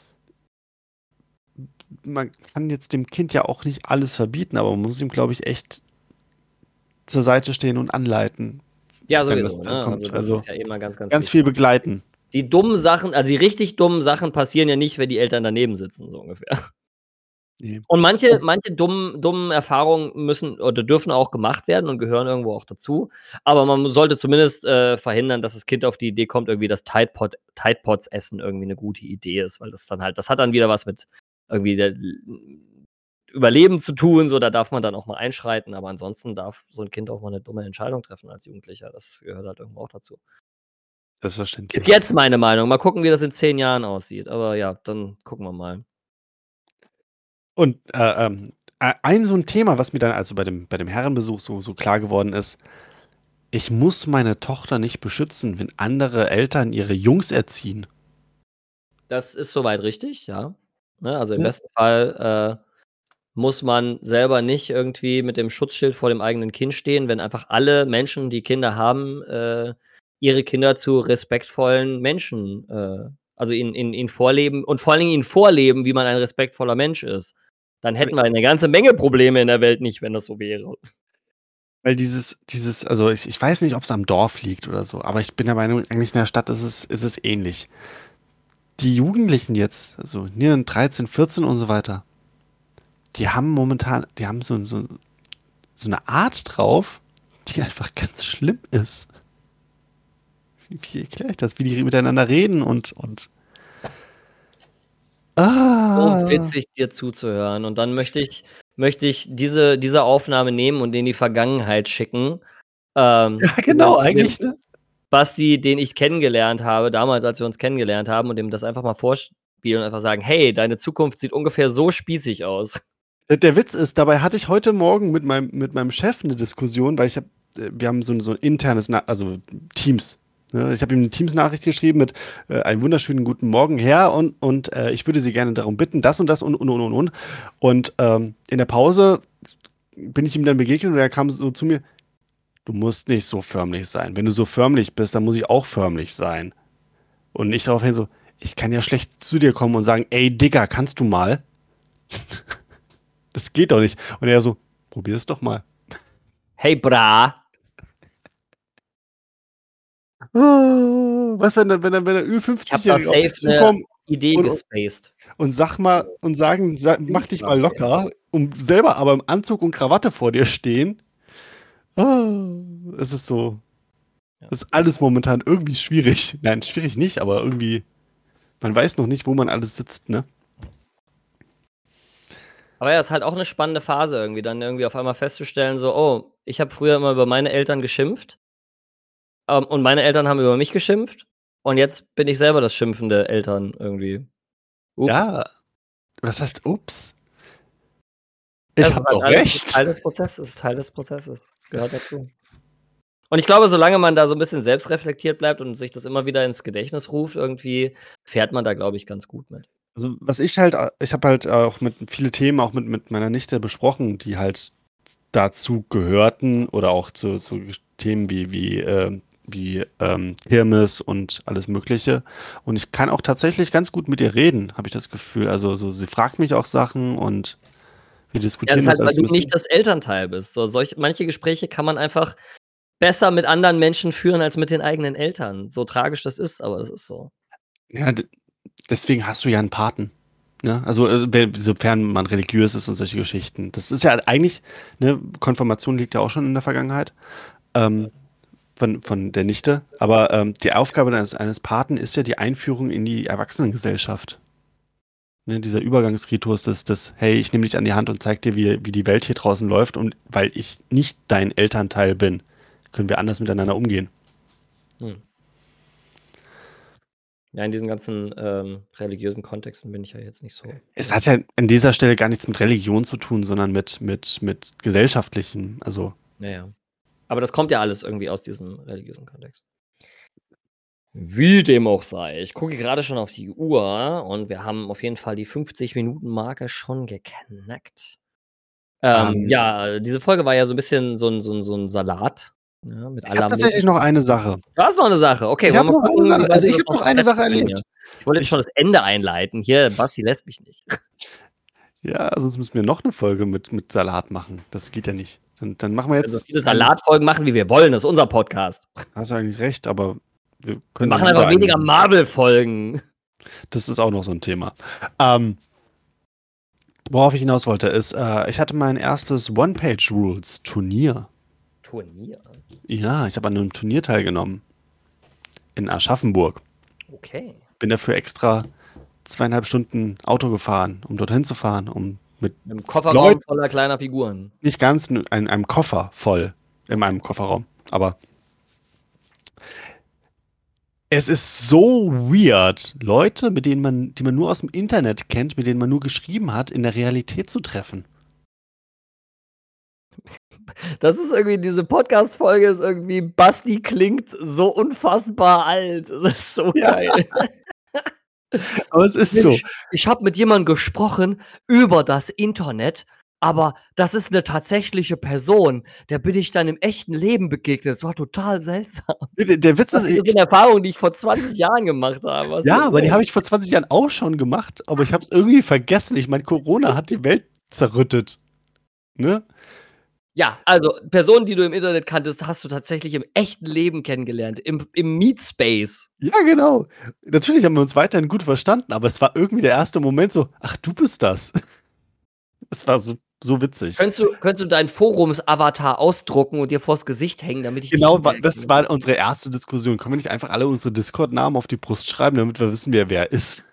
man kann jetzt dem Kind ja auch nicht alles verbieten, aber man muss ihm, glaube ich, echt zur Seite stehen und anleiten, Ja, wenn das sowieso, dann ne? kommt. Also das Also ist ja immer ganz, ganz ganz wichtig. viel begleiten. Die dummen Sachen, also die richtig dummen Sachen passieren ja nicht, wenn die Eltern daneben sitzen, so ungefähr. Nee. Und manche manche dummen dummen Erfahrungen müssen oder dürfen auch gemacht werden und gehören irgendwo auch dazu. Aber man sollte zumindest, äh, verhindern, dass das Kind auf die Idee kommt, irgendwie das Tide Pod Tide Pods essen irgendwie 'ne gute Idee ist, weil das dann halt das hat dann wieder was mit irgendwie der Überleben zu tun, so, da darf man dann auch mal einschreiten, aber ansonsten darf so 'n Kind auch mal 'ne dumme Entscheidung treffen als Jugendlicher. Das gehört halt irgendwo auch dazu. Ist Selbstverständlich. jetzt meine Meinung. Mal gucken, wie das in zehn Jahren aussieht. Aber ja, dann gucken wir mal. Und äh, ähm, e- ein so ein Thema, was mir dann also bei dem, bei dem Herrenbesuch so, so klar geworden ist, ich muss meine Tochter nicht beschützen, wenn andere Eltern ihre Jungs erziehen. Das ist soweit richtig, ja. Ne, also im Ne? besten Fall, äh, muss man selber nicht irgendwie mit dem Schutzschild vor dem eigenen Kind stehen, wenn einfach alle Menschen, die Kinder haben, äh, ihre Kinder zu respektvollen Menschen, äh also ihnen ihnen ihnen vorleben und vor allen Dingen ihnen vorleben, wie man ein respektvoller Mensch ist. Dann hätten wir eine ganze Menge Probleme in der Welt nicht, wenn das so wäre. Weil dieses, dieses, also ich, ich weiß nicht, ob es am Dorf liegt oder so, aber ich bin der Meinung, eigentlich in der Stadt ist es, ist es ähnlich. Die Jugendlichen jetzt, also hier dreizehn, vierzehn und so weiter, die haben momentan, die haben so, so, so eine Art drauf, die einfach ganz schlimm ist. Wie, wie erkläre ich das? Wie die miteinander reden und, und So ah. witzig, dir zuzuhören. Und dann möchte ich möchte ich diese diese Aufnahme nehmen und in die Vergangenheit schicken, ähm, Ja, zu dem genau, zu dem eigentlich, ne? Basti, den ich kennengelernt habe, damals, als wir uns kennengelernt haben und dem das einfach mal vorspielen spielen und einfach sagen: „Hey, deine Zukunft sieht ungefähr so spießig aus.“ Der der Witz ist, dabei hatte ich heute Morgen mit meinem mit meinem Chef 'ne Diskussion, weil ich habe äh, wir haben so 'n so 'n internes Na also Teams, ne? Ich habe ihm 'ne Teams-Nachricht geschrieben mit, äh: „Einen wunderschönen guten Morgen, Herr, und und, äh, ich würde Sie gerne darum bitten, das und das und und und und und.“ Und, ähm, in der Pause bin ich ihm dann begegnet und er kam so zu mir: „Du musst nicht so förmlich sein. Wenn du so förmlich bist, dann muss ich auch förmlich sein.“ Und ich daraufhin so: „Ich kann ja schlecht zu dir kommen und sagen: ‚Ey, Digga, kannst du mal?'“ Das geht doch nicht. Und er so: „Probier's doch mal.“ „Hey, Bra.“ Oh, was, wenn dann wenn dann wenn dann Ich habe da Ü-fünfzigjährige auf safe dich 'ne zukommen Idee und und gespaced. und sag mal und sagen sa „Mach dich mal nachsehen. locker“, um selber aber im Anzug und Krawatte vor dir stehen. Ah, es ist so Ja. ist alles momentan irgendwie schwierig. Nein, schwierig nicht, aber irgendwie man weiß noch nicht, wo man alles sitzt, ne? Aber ja, ist halt auch 'ne spannende Phase irgendwie, dann irgendwie auf einmal festzustellen so: „Oh, ich habe früher immer über meine Eltern geschimpft“ ähm, und meine Eltern haben über mich geschimpft und jetzt bin ich selber das schimpfende Eltern irgendwie. Ups. Ja. Was heißt ups? Ja, Ich es ist habe halt doch alles so recht. Teil des Prozesses ist Teil des Prozesses. Es gehört dazu. Und ich glaube, solange man da so 'n bisschen selbstreflektiert bleibt und sich das immer wieder ins Gedächtnis ruft irgendwie, fährt man da, glaube ich, ganz gut mit. Also, was ich halt a ich habe halt auch mit viele Themen auch mit mit meiner Nichte besprochen, die halt dazu gehörten oder auch zu zu Gesch Themen wie wie, ähm wie, ähm, Kirmes und alles Mögliche. Und ich kann auch tatsächlich ganz gut mit ihr reden, habe ich das Gefühl. Also, so sie fragt mich auch Sachen und wir Ja, das diskutieren ist halt, das weil alles du 'n nicht bisschen. das Elternteil bist. So solche manche Gespräche kann man einfach besser mit anderen Menschen führen als mit den eigenen Eltern. So tragisch das ist, aber das ist so. Ja, d deswegen hast du ja 'n Paten, ne? Also, äh, we sofern man religiös ist und solche Geschichten. Das ist ja eigentlich ne, Konfirmation liegt ja auch schon in der Vergangenheit, ähm, von von der Nichte. Aber, ähm, die Aufgabe eines eines Paten ist ja die Einführung in die Erwachsenengesellschaft. Ne, dieser Übergangsritus des des: „Hey, ich nehme dich an die Hand und zeige dir, wie wie die Welt hier draußen läuft und weil ich nicht dein Elternteil bin, können wir anders miteinander umgehen.“ Hm. Ja, in diesen ganzen, ähm, religiösen Kontexten bin ich ja jetzt nicht so Es drin. hat ja an dieser Stelle gar nichts mit Religion zu tun, sondern mit mit mit gesellschaftlichen, also Ja, ja. Aber das kommt ja alles irgendwie aus diesem religiösen Kontext. Wie dem auch sei. Ich gucke grade schon auf die Uhr und wir haben auf jeden Fall die fünfzig Minuten Marke schon geknackt. Ähm, Ähm ja, diese Folge war ja so 'n bisschen so 'n so 'n so 'n Salat, ne, mit Ich habe aller tatsächlich noch möglichen eine Sache. Du hast noch 'ne Sache. Okay, Ich wollen habe wir noch eine gucken, wie Sache. weit Also, wir ich das habe noch noch eine Sache stretchen können hier. erlebt. Ich wollte jetzt Ich schon das Ende einleiten. Hier, Basti lässt mich nicht. Ja, sonst müssen wir noch 'ne Folge mit mit Salat machen. Das geht ja nicht. Dann dann machen wir Wir können so jetzt viele ein Salatfolgen machen, wie wir wollen. Das ist unser Podcast. Hast du eigentlich recht, aber wir Wir können dann machen lieber einfach eine weniger Marvel-Folgen. Das ist auch noch so 'n Thema. Ähm worauf ich hinaus wollte, ist, äh, ich hatte mein erstes One-Page-Rules-Turnier. Turnier? Ja, ich habe an 'nem Turnier teilgenommen. In Aschaffenburg. Okay. Bin dafür extra zweieinhalb Stunden Auto gefahren, um dorthin zu fahren, um mit Im f Leut Kofferraum voller kleiner Figuren. Nicht ganz, in ein einem Koffer voll in Okay. meinem Kofferraum, aber es ist so weird, Leute, mit denen man die man nur aus'm Internet kennt, mit denen man nur geschrieben hat, in der Realität zu treffen. Das ist irgendwie diese Podcast-Folge ist irgendwie Basti klingt so unfassbar alt. Das ist so Ja. geil. Aber es ist so. Mensch, ich habe mit jemandem gesprochen über das Internet, aber das ist 'ne tatsächliche Person. Der bin ich dann im echten Leben begegnet. Das war total seltsam. Ne, der der Witz ist, Basti, das ich sind Erfahrungen, die ich vor zwanzig Jahren gemacht habe. Was ist Ja, denn aber die los? habe ich vor zwanzig Jahren auch schon gemacht, aber ich habe es irgendwie vergessen. Ich meine, Corona hat die Welt zerrüttet, ne? Ja, also Personen, die du im Internet kanntest, hast du tatsächlich im echten Leben kennengelernt, im im Meetspace. Ja, genau. Natürlich haben wir uns weiterhin gut verstanden, aber es war irgendwie der erste Moment so: „Ach, du bist das.“ Es war so so witzig. Könntest du könntest du deinen Forums-Avatar ausdrucken und dir vors Gesicht hängen, damit ich dich Genau, wa merke, das damit ich war dich unsere erste Diskussion. Können wir nicht einfach alle unsere Discord-Namen auf die Brust schreiben, damit wir wissen, wer wer ist?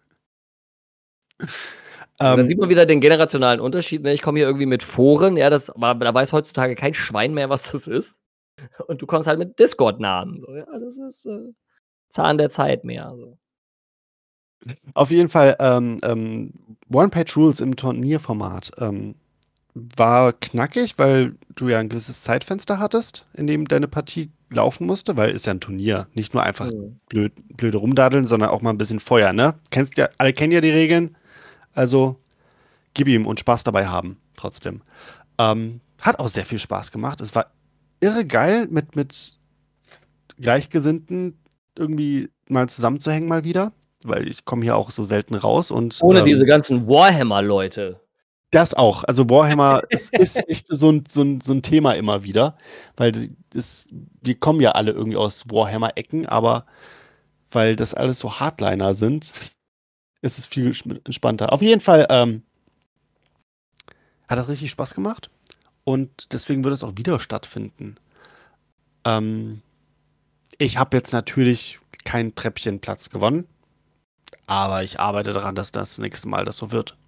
Ja, da Ähm sieht man wieder den generationalen Unterschied, ne? Ich komme hier irgendwie mit Foren, ja, das war da weiß heutzutage kein Schwein mehr, was das ist. Und du kommst halt mit Discord-Namen. So, ja, das ist, äh, Zahn der Zeit mehr so. Auf jeden Fall, ähm, ähm, One-Page-Rules im Turnierformat ähm, war knackig, weil du ja ein gewisses Zeitfenster hattest, in dem deine Partie laufen musste, weil ist ja ein Turnier. Nicht nur einfach Mhm. blöd, blöde rumdadeln, sondern auch mal ein bisschen Feuer, ne? Kennst ja, alle kennen ja die Regeln, also gib ihm und Spaß dabei haben, trotzdem. Ähm, hat auch sehr viel Spaß gemacht. Es war irre geil, mit, mit Gleichgesinnten irgendwie mal zusammenzuhängen mal wieder, weil ich komme hier auch so selten raus und Ohne diese ähm, ganzen Warhammer-Leute. das auch. Also Warhammer, es ist echt so ein, so ein, so ein Thema immer wieder, weil die- das, wir kommen ja alle irgendwie aus Warhammer-Ecken, aber weil das alles so Hardliner sind, ist es viel geschm- entspannter. Auf jeden Fall ähm, hat das richtig Spaß gemacht und deswegen wird es auch wieder stattfinden. Ähm, ich habe jetzt natürlich keinen Treppchenplatz gewonnen, aber ich arbeite daran, dass das nächste Mal das so wird.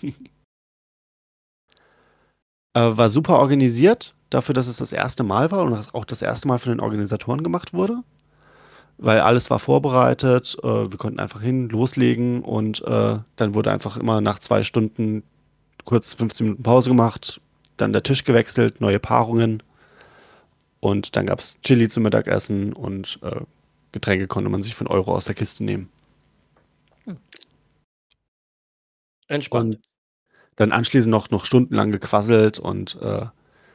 Äh, war super organisiert, dafür, dass es das erste Mal war und auch das erste Mal von den Organisatoren gemacht wurde. Weil alles war vorbereitet, äh, wir konnten einfach hin, loslegen und äh, dann wurde einfach immer nach zwei Stunden kurz fünfzehn Minuten Pause gemacht, dann der Tisch gewechselt, neue Paarungen und dann gab es Chili zum Mittagessen und äh, Getränke konnte man sich für einen Euro aus der Kiste nehmen. Entspannt. Und dann anschließend noch, noch stundenlang gequasselt und äh,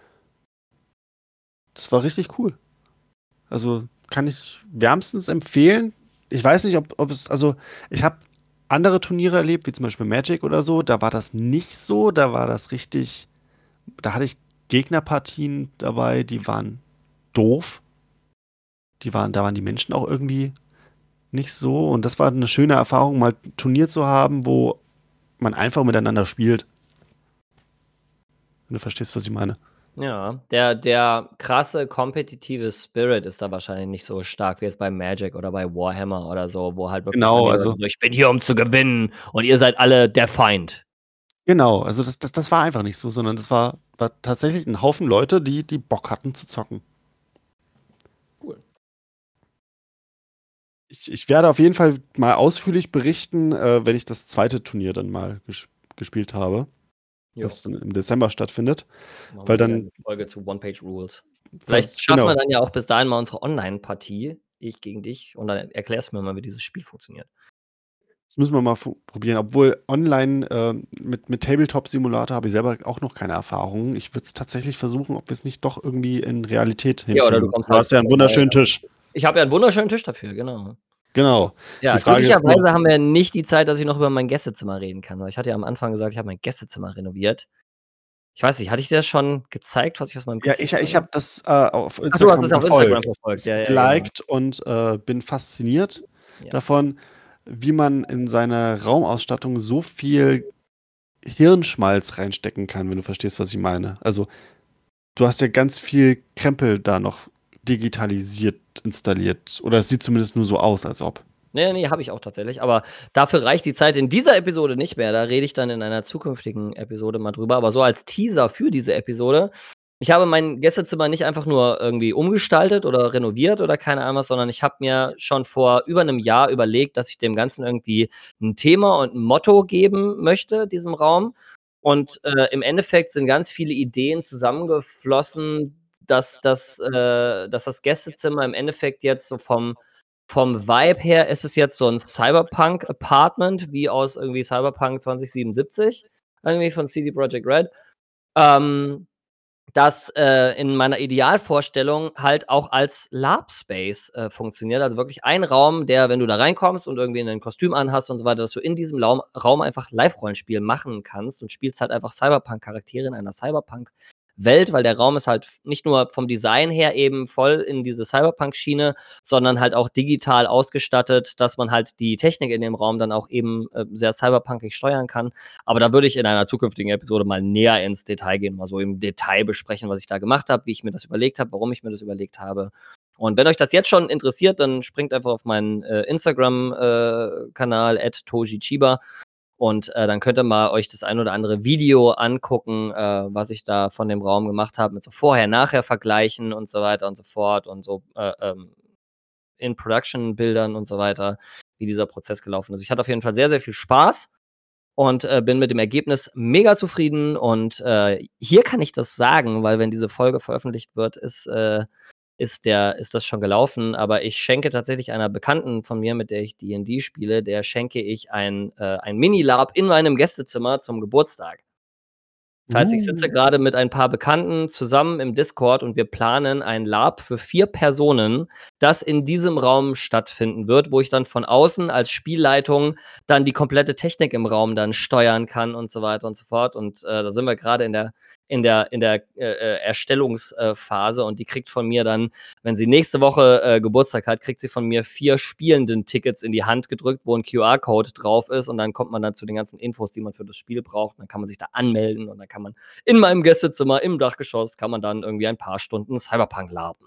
das war richtig cool. Also kann ich wärmstens empfehlen. Ich weiß nicht, ob, ob es, also ich habe andere Turniere erlebt, wie zum Beispiel Magic oder so, da war das nicht so, da war das richtig, da hatte ich Gegnerpartien dabei, die waren doof. Die waren, da waren die Menschen auch irgendwie nicht so. Und das war eine schöne Erfahrung, mal ein Turnier zu haben, wo man einfach miteinander spielt. Wenn du verstehst, was ich meine. Ja, der der krasse kompetitive Spirit ist da wahrscheinlich nicht so stark wie jetzt bei Magic oder bei Warhammer oder so, wo halt wirklich dann Genau, die Leute also so: „Ich bin hier, um zu gewinnen und ihr seid alle der Feind." Genau, also das, das, das war einfach nicht so, sondern das war, war tatsächlich ein Haufen Leute, die, die Bock hatten zu zocken. Cool. Ich, ich werde auf jeden Fall mal ausführlich berichten, äh, wenn ich das zweite Turnier dann mal ges gespielt habe, Jo, das dann im Dezember stattfindet. machen Weil wir wieder dann, 'ne Folge zu One-Page-Rules. Vielleicht was, schaffen wir genau, dann ja auch bis dahin mal unsere Online-Partie, ich gegen dich, und dann erklärst du mir mal, wie dieses Spiel funktioniert. das müssen wir mal fu- probieren. Obwohl online äh, mit, mit Tabletop-Simulator habe ich selber auch noch keine Erfahrung. Ich würde es tatsächlich versuchen, ob wir es nicht doch irgendwie in Realität Ja, oder du hinkriegen. kommst Du halt hast ja einen vorbei. wunderschönen Tisch. Ich habe ja 'n wunderschönen Tisch dafür, genau. Genau. Die Ja, Frage ist nur, glücklicherweise haben wir nicht die Zeit, dass ich noch über mein Gästezimmer reden kann, weil ich hatte ja am Anfang gesagt, ich habe mein Gästezimmer renoviert. Ich weiß nicht, hatte ich dir das schon gezeigt, was ich aus meinem ja, ich, Gästezimmer ich habe das äh, auf ach, du hast es Instagram auf Instagram verfolgt, verfolgt. Ja, ja, genau. geliked und äh, bin fasziniert Ja. davon, wie man in seine Raumausstattung so viel Hirnschmalz reinstecken kann, wenn du verstehst, was ich meine. Also, du hast ja ganz viel Krempel da noch digitalisiert installiert. Oder es sieht zumindest nur so aus, als ob. Ne, ne, habe ich auch tatsächlich, aber dafür reicht die Zeit in dieser Episode nicht mehr. Da rede ich dann in einer zukünftigen Episode mal drüber. Aber so als Teaser für diese Episode: Ich habe mein Gästezimmer nicht einfach nur irgendwie umgestaltet oder renoviert oder keine Ahnung was, sondern ich habe mir schon vor über 'nem Jahr überlegt, dass ich dem Ganzen irgendwie 'n Thema und 'n Motto geben möchte, diesem Raum. Und, äh, im Endeffekt sind ganz viele Ideen zusammengeflossen, dass das äh, dass das Gästezimmer im Endeffekt jetzt so vom vom Vibe her ist es jetzt so 'n Cyberpunk-Apartment wie aus irgendwie Cyberpunk zwanzig siebenundsiebzig, irgendwie von C D Projekt Red. Ähm, das, äh, in meiner Idealvorstellung halt auch als LARP-Space, äh, funktioniert. Also wirklich ein Raum, der, wenn du da reinkommst und irgendwie 'nen Kostüm anhast und so weiter, dass du in diesem Laum Raum einfach Live-Rollenspiel machen kannst und spielst halt einfach Cyberpunk-Charaktere in einer Cyberpunk-Welt, weil der Raum ist halt nicht nur vom Design her eben voll in diese Cyberpunk-Schiene, sondern halt auch digital ausgestattet, dass man halt die Technik in dem Raum dann auch eben, äh, sehr cyberpunkig steuern kann. Aber da würde ich in einer zukünftigen Episode mal näher ins Detail gehen, mal so im Detail besprechen, was ich da gemacht habe, wie ich mir das überlegt habe, warum ich mir das überlegt habe. Und wenn euch das jetzt schon interessiert, dann springt einfach auf meinen äh, Instagram äh, Kanal at tojichiba und äh, dann könnt ihr mal euch das ein oder andere Video angucken, äh, was ich da von dem Raum gemacht habe, mit so Vorher-Nachher-Vergleichen und so weiter und so fort und so äh, ähm, In-Production-Bildern und so weiter. wie dieser Prozess gelaufen ist. Ich hatte auf jeden Fall sehr, sehr viel Spaß und äh, bin mit dem Ergebnis mega zufrieden. Und äh, hier kann ich das sagen, weil wenn diese Folge veröffentlicht wird, ist, äh, ist, der, ist das schon gelaufen. Aber ich schenke tatsächlich einer Bekannten von mir, mit der ich D und D spiele, der schenke ich ein, äh, ein Mini-Lab in meinem Gästezimmer zum Geburtstag. Das heißt, ich sitze Uh. gerade mit ein paar Bekannten zusammen im Discord und wir planen ein Lab für vier Personen, das in diesem Raum stattfinden wird, wo ich dann von außen als Spielleitung dann die komplette Technik im Raum dann steuern kann und so weiter und so fort. Und äh, da sind wir gerade in der in der in der äh, äh, Erstellungsphase und die kriegt von mir dann, wenn sie nächste Woche äh, Geburtstag hat, kriegt sie von mir vier Spielenden-Tickets in die Hand gedrückt, wo ein Q R-Code drauf ist und dann kommt man dann zu den ganzen Infos, die man für das Spiel braucht. Und dann kann man sich da anmelden und dann kann man in meinem Gästezimmer im Dachgeschoss kann man dann irgendwie ein paar Stunden Cyberpunk laden.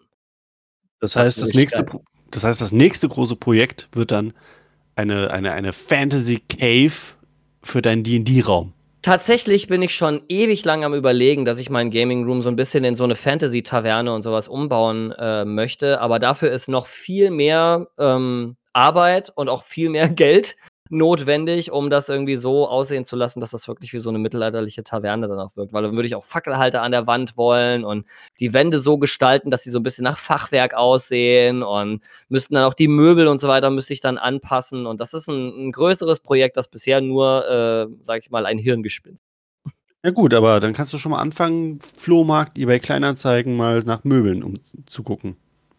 Das Das heißt, finde das ich nächste, geil. Pro- das heißt, das nächste große Projekt wird dann eine, eine, eine Fantasy Cave für deinen D und D-Raum. Tatsächlich bin ich schon ewig lang am Überlegen, dass ich meinen Gaming Room so ein bisschen in so eine Fantasy-Taverne und sowas umbauen äh, möchte. Aber dafür ist noch viel mehr ähm, Arbeit und auch viel mehr Geld notwendig, um das irgendwie so aussehen zu lassen, dass das wirklich wie so eine mittelalterliche Taverne dann auch wirkt. Weil dann würde ich auch Fackelhalter an der Wand wollen und die Wände so gestalten, dass sie so ein bisschen nach Fachwerk aussehen und müssten dann auch die Möbel und so weiter müsste ich dann anpassen. Und das ist ein, ein größeres Projekt, das bisher nur, äh, sag ich mal, ein Hirngespinst. Ja gut, aber dann kannst du schon mal anfangen, Flohmarkt, eBay Kleinanzeigen mal nach Möbeln um zu gucken.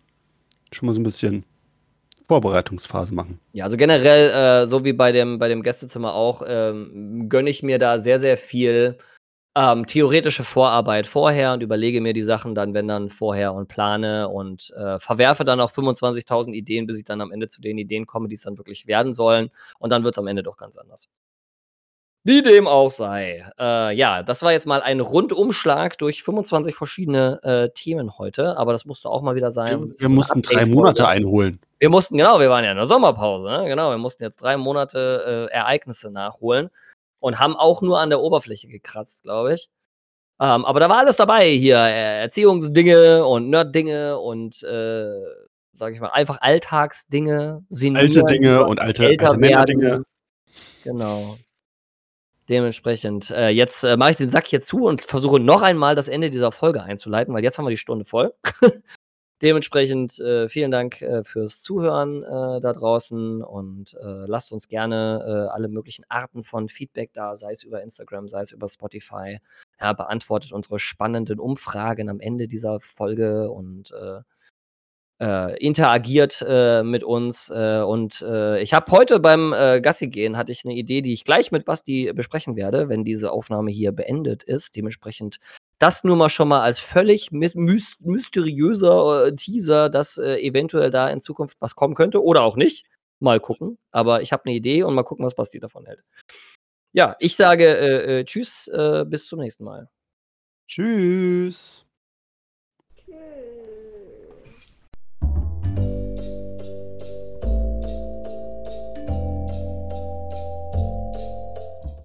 Schon mal so ein bisschen Vorbereitungsphase machen. Ja, also generell, äh, so wie bei dem, bei dem Gästezimmer auch, ähm, gönne ich mir da sehr, sehr viel ähm, theoretische Vorarbeit vorher und überlege mir die Sachen dann, wenn dann vorher und plane und äh, verwerfe dann auch fünfundzwanzigtausend Ideen, bis ich dann am Ende zu den Ideen komme, die es dann wirklich werden sollen. Und dann wird es am Ende doch ganz anders. Wie dem auch sei. Äh, ja, das war jetzt mal ein Rundumschlag durch fünfundzwanzig verschiedene äh, Themen heute, aber das musste auch mal wieder sein. Wir, Ein bisschen wir so 'ne mussten drei Update-Folge. Monate einholen. Wir mussten, genau, wir waren ja in der Sommerpause, ne? Genau, wir mussten jetzt drei Monate äh, Ereignisse nachholen und haben auch nur an der Oberfläche gekratzt, glaube ich. Ähm, aber da war alles dabei hier, äh, Erziehungsdinge und Nerd-Dinge und, äh, sage ich mal, einfach Alltagsdinge, Alte sinnieren Dinge über und alte, älter alte werden. Männerdinge. Genau. Dementsprechend, äh, jetzt äh, mache ich den Sack hier zu und versuche noch einmal das Ende dieser Folge einzuleiten, weil jetzt haben wir die Stunde voll. Dementsprechend äh, vielen Dank äh, fürs Zuhören äh, da draußen und äh, lasst uns gerne äh, alle möglichen Arten von Feedback da, sei es über Instagram, sei es über Spotify. Ja, beantwortet unsere spannenden Umfragen am Ende dieser Folge und äh, äh, interagiert äh, mit uns. Äh, und äh, ich habe heute beim äh, Gassi gehen hatte ich eine Idee, die ich gleich mit Basti besprechen werde, wenn diese Aufnahme hier beendet ist. Dementsprechend das nur mal schon mal als völlig mys mys mysteriöser äh, Teaser, dass äh, eventuell da in Zukunft was kommen könnte oder auch nicht. Mal gucken. Aber ich habe eine Idee und mal gucken, was Basti davon hält. Ja, ich sage äh, äh, tschüss, äh, bis zum nächsten Mal. Tschüss.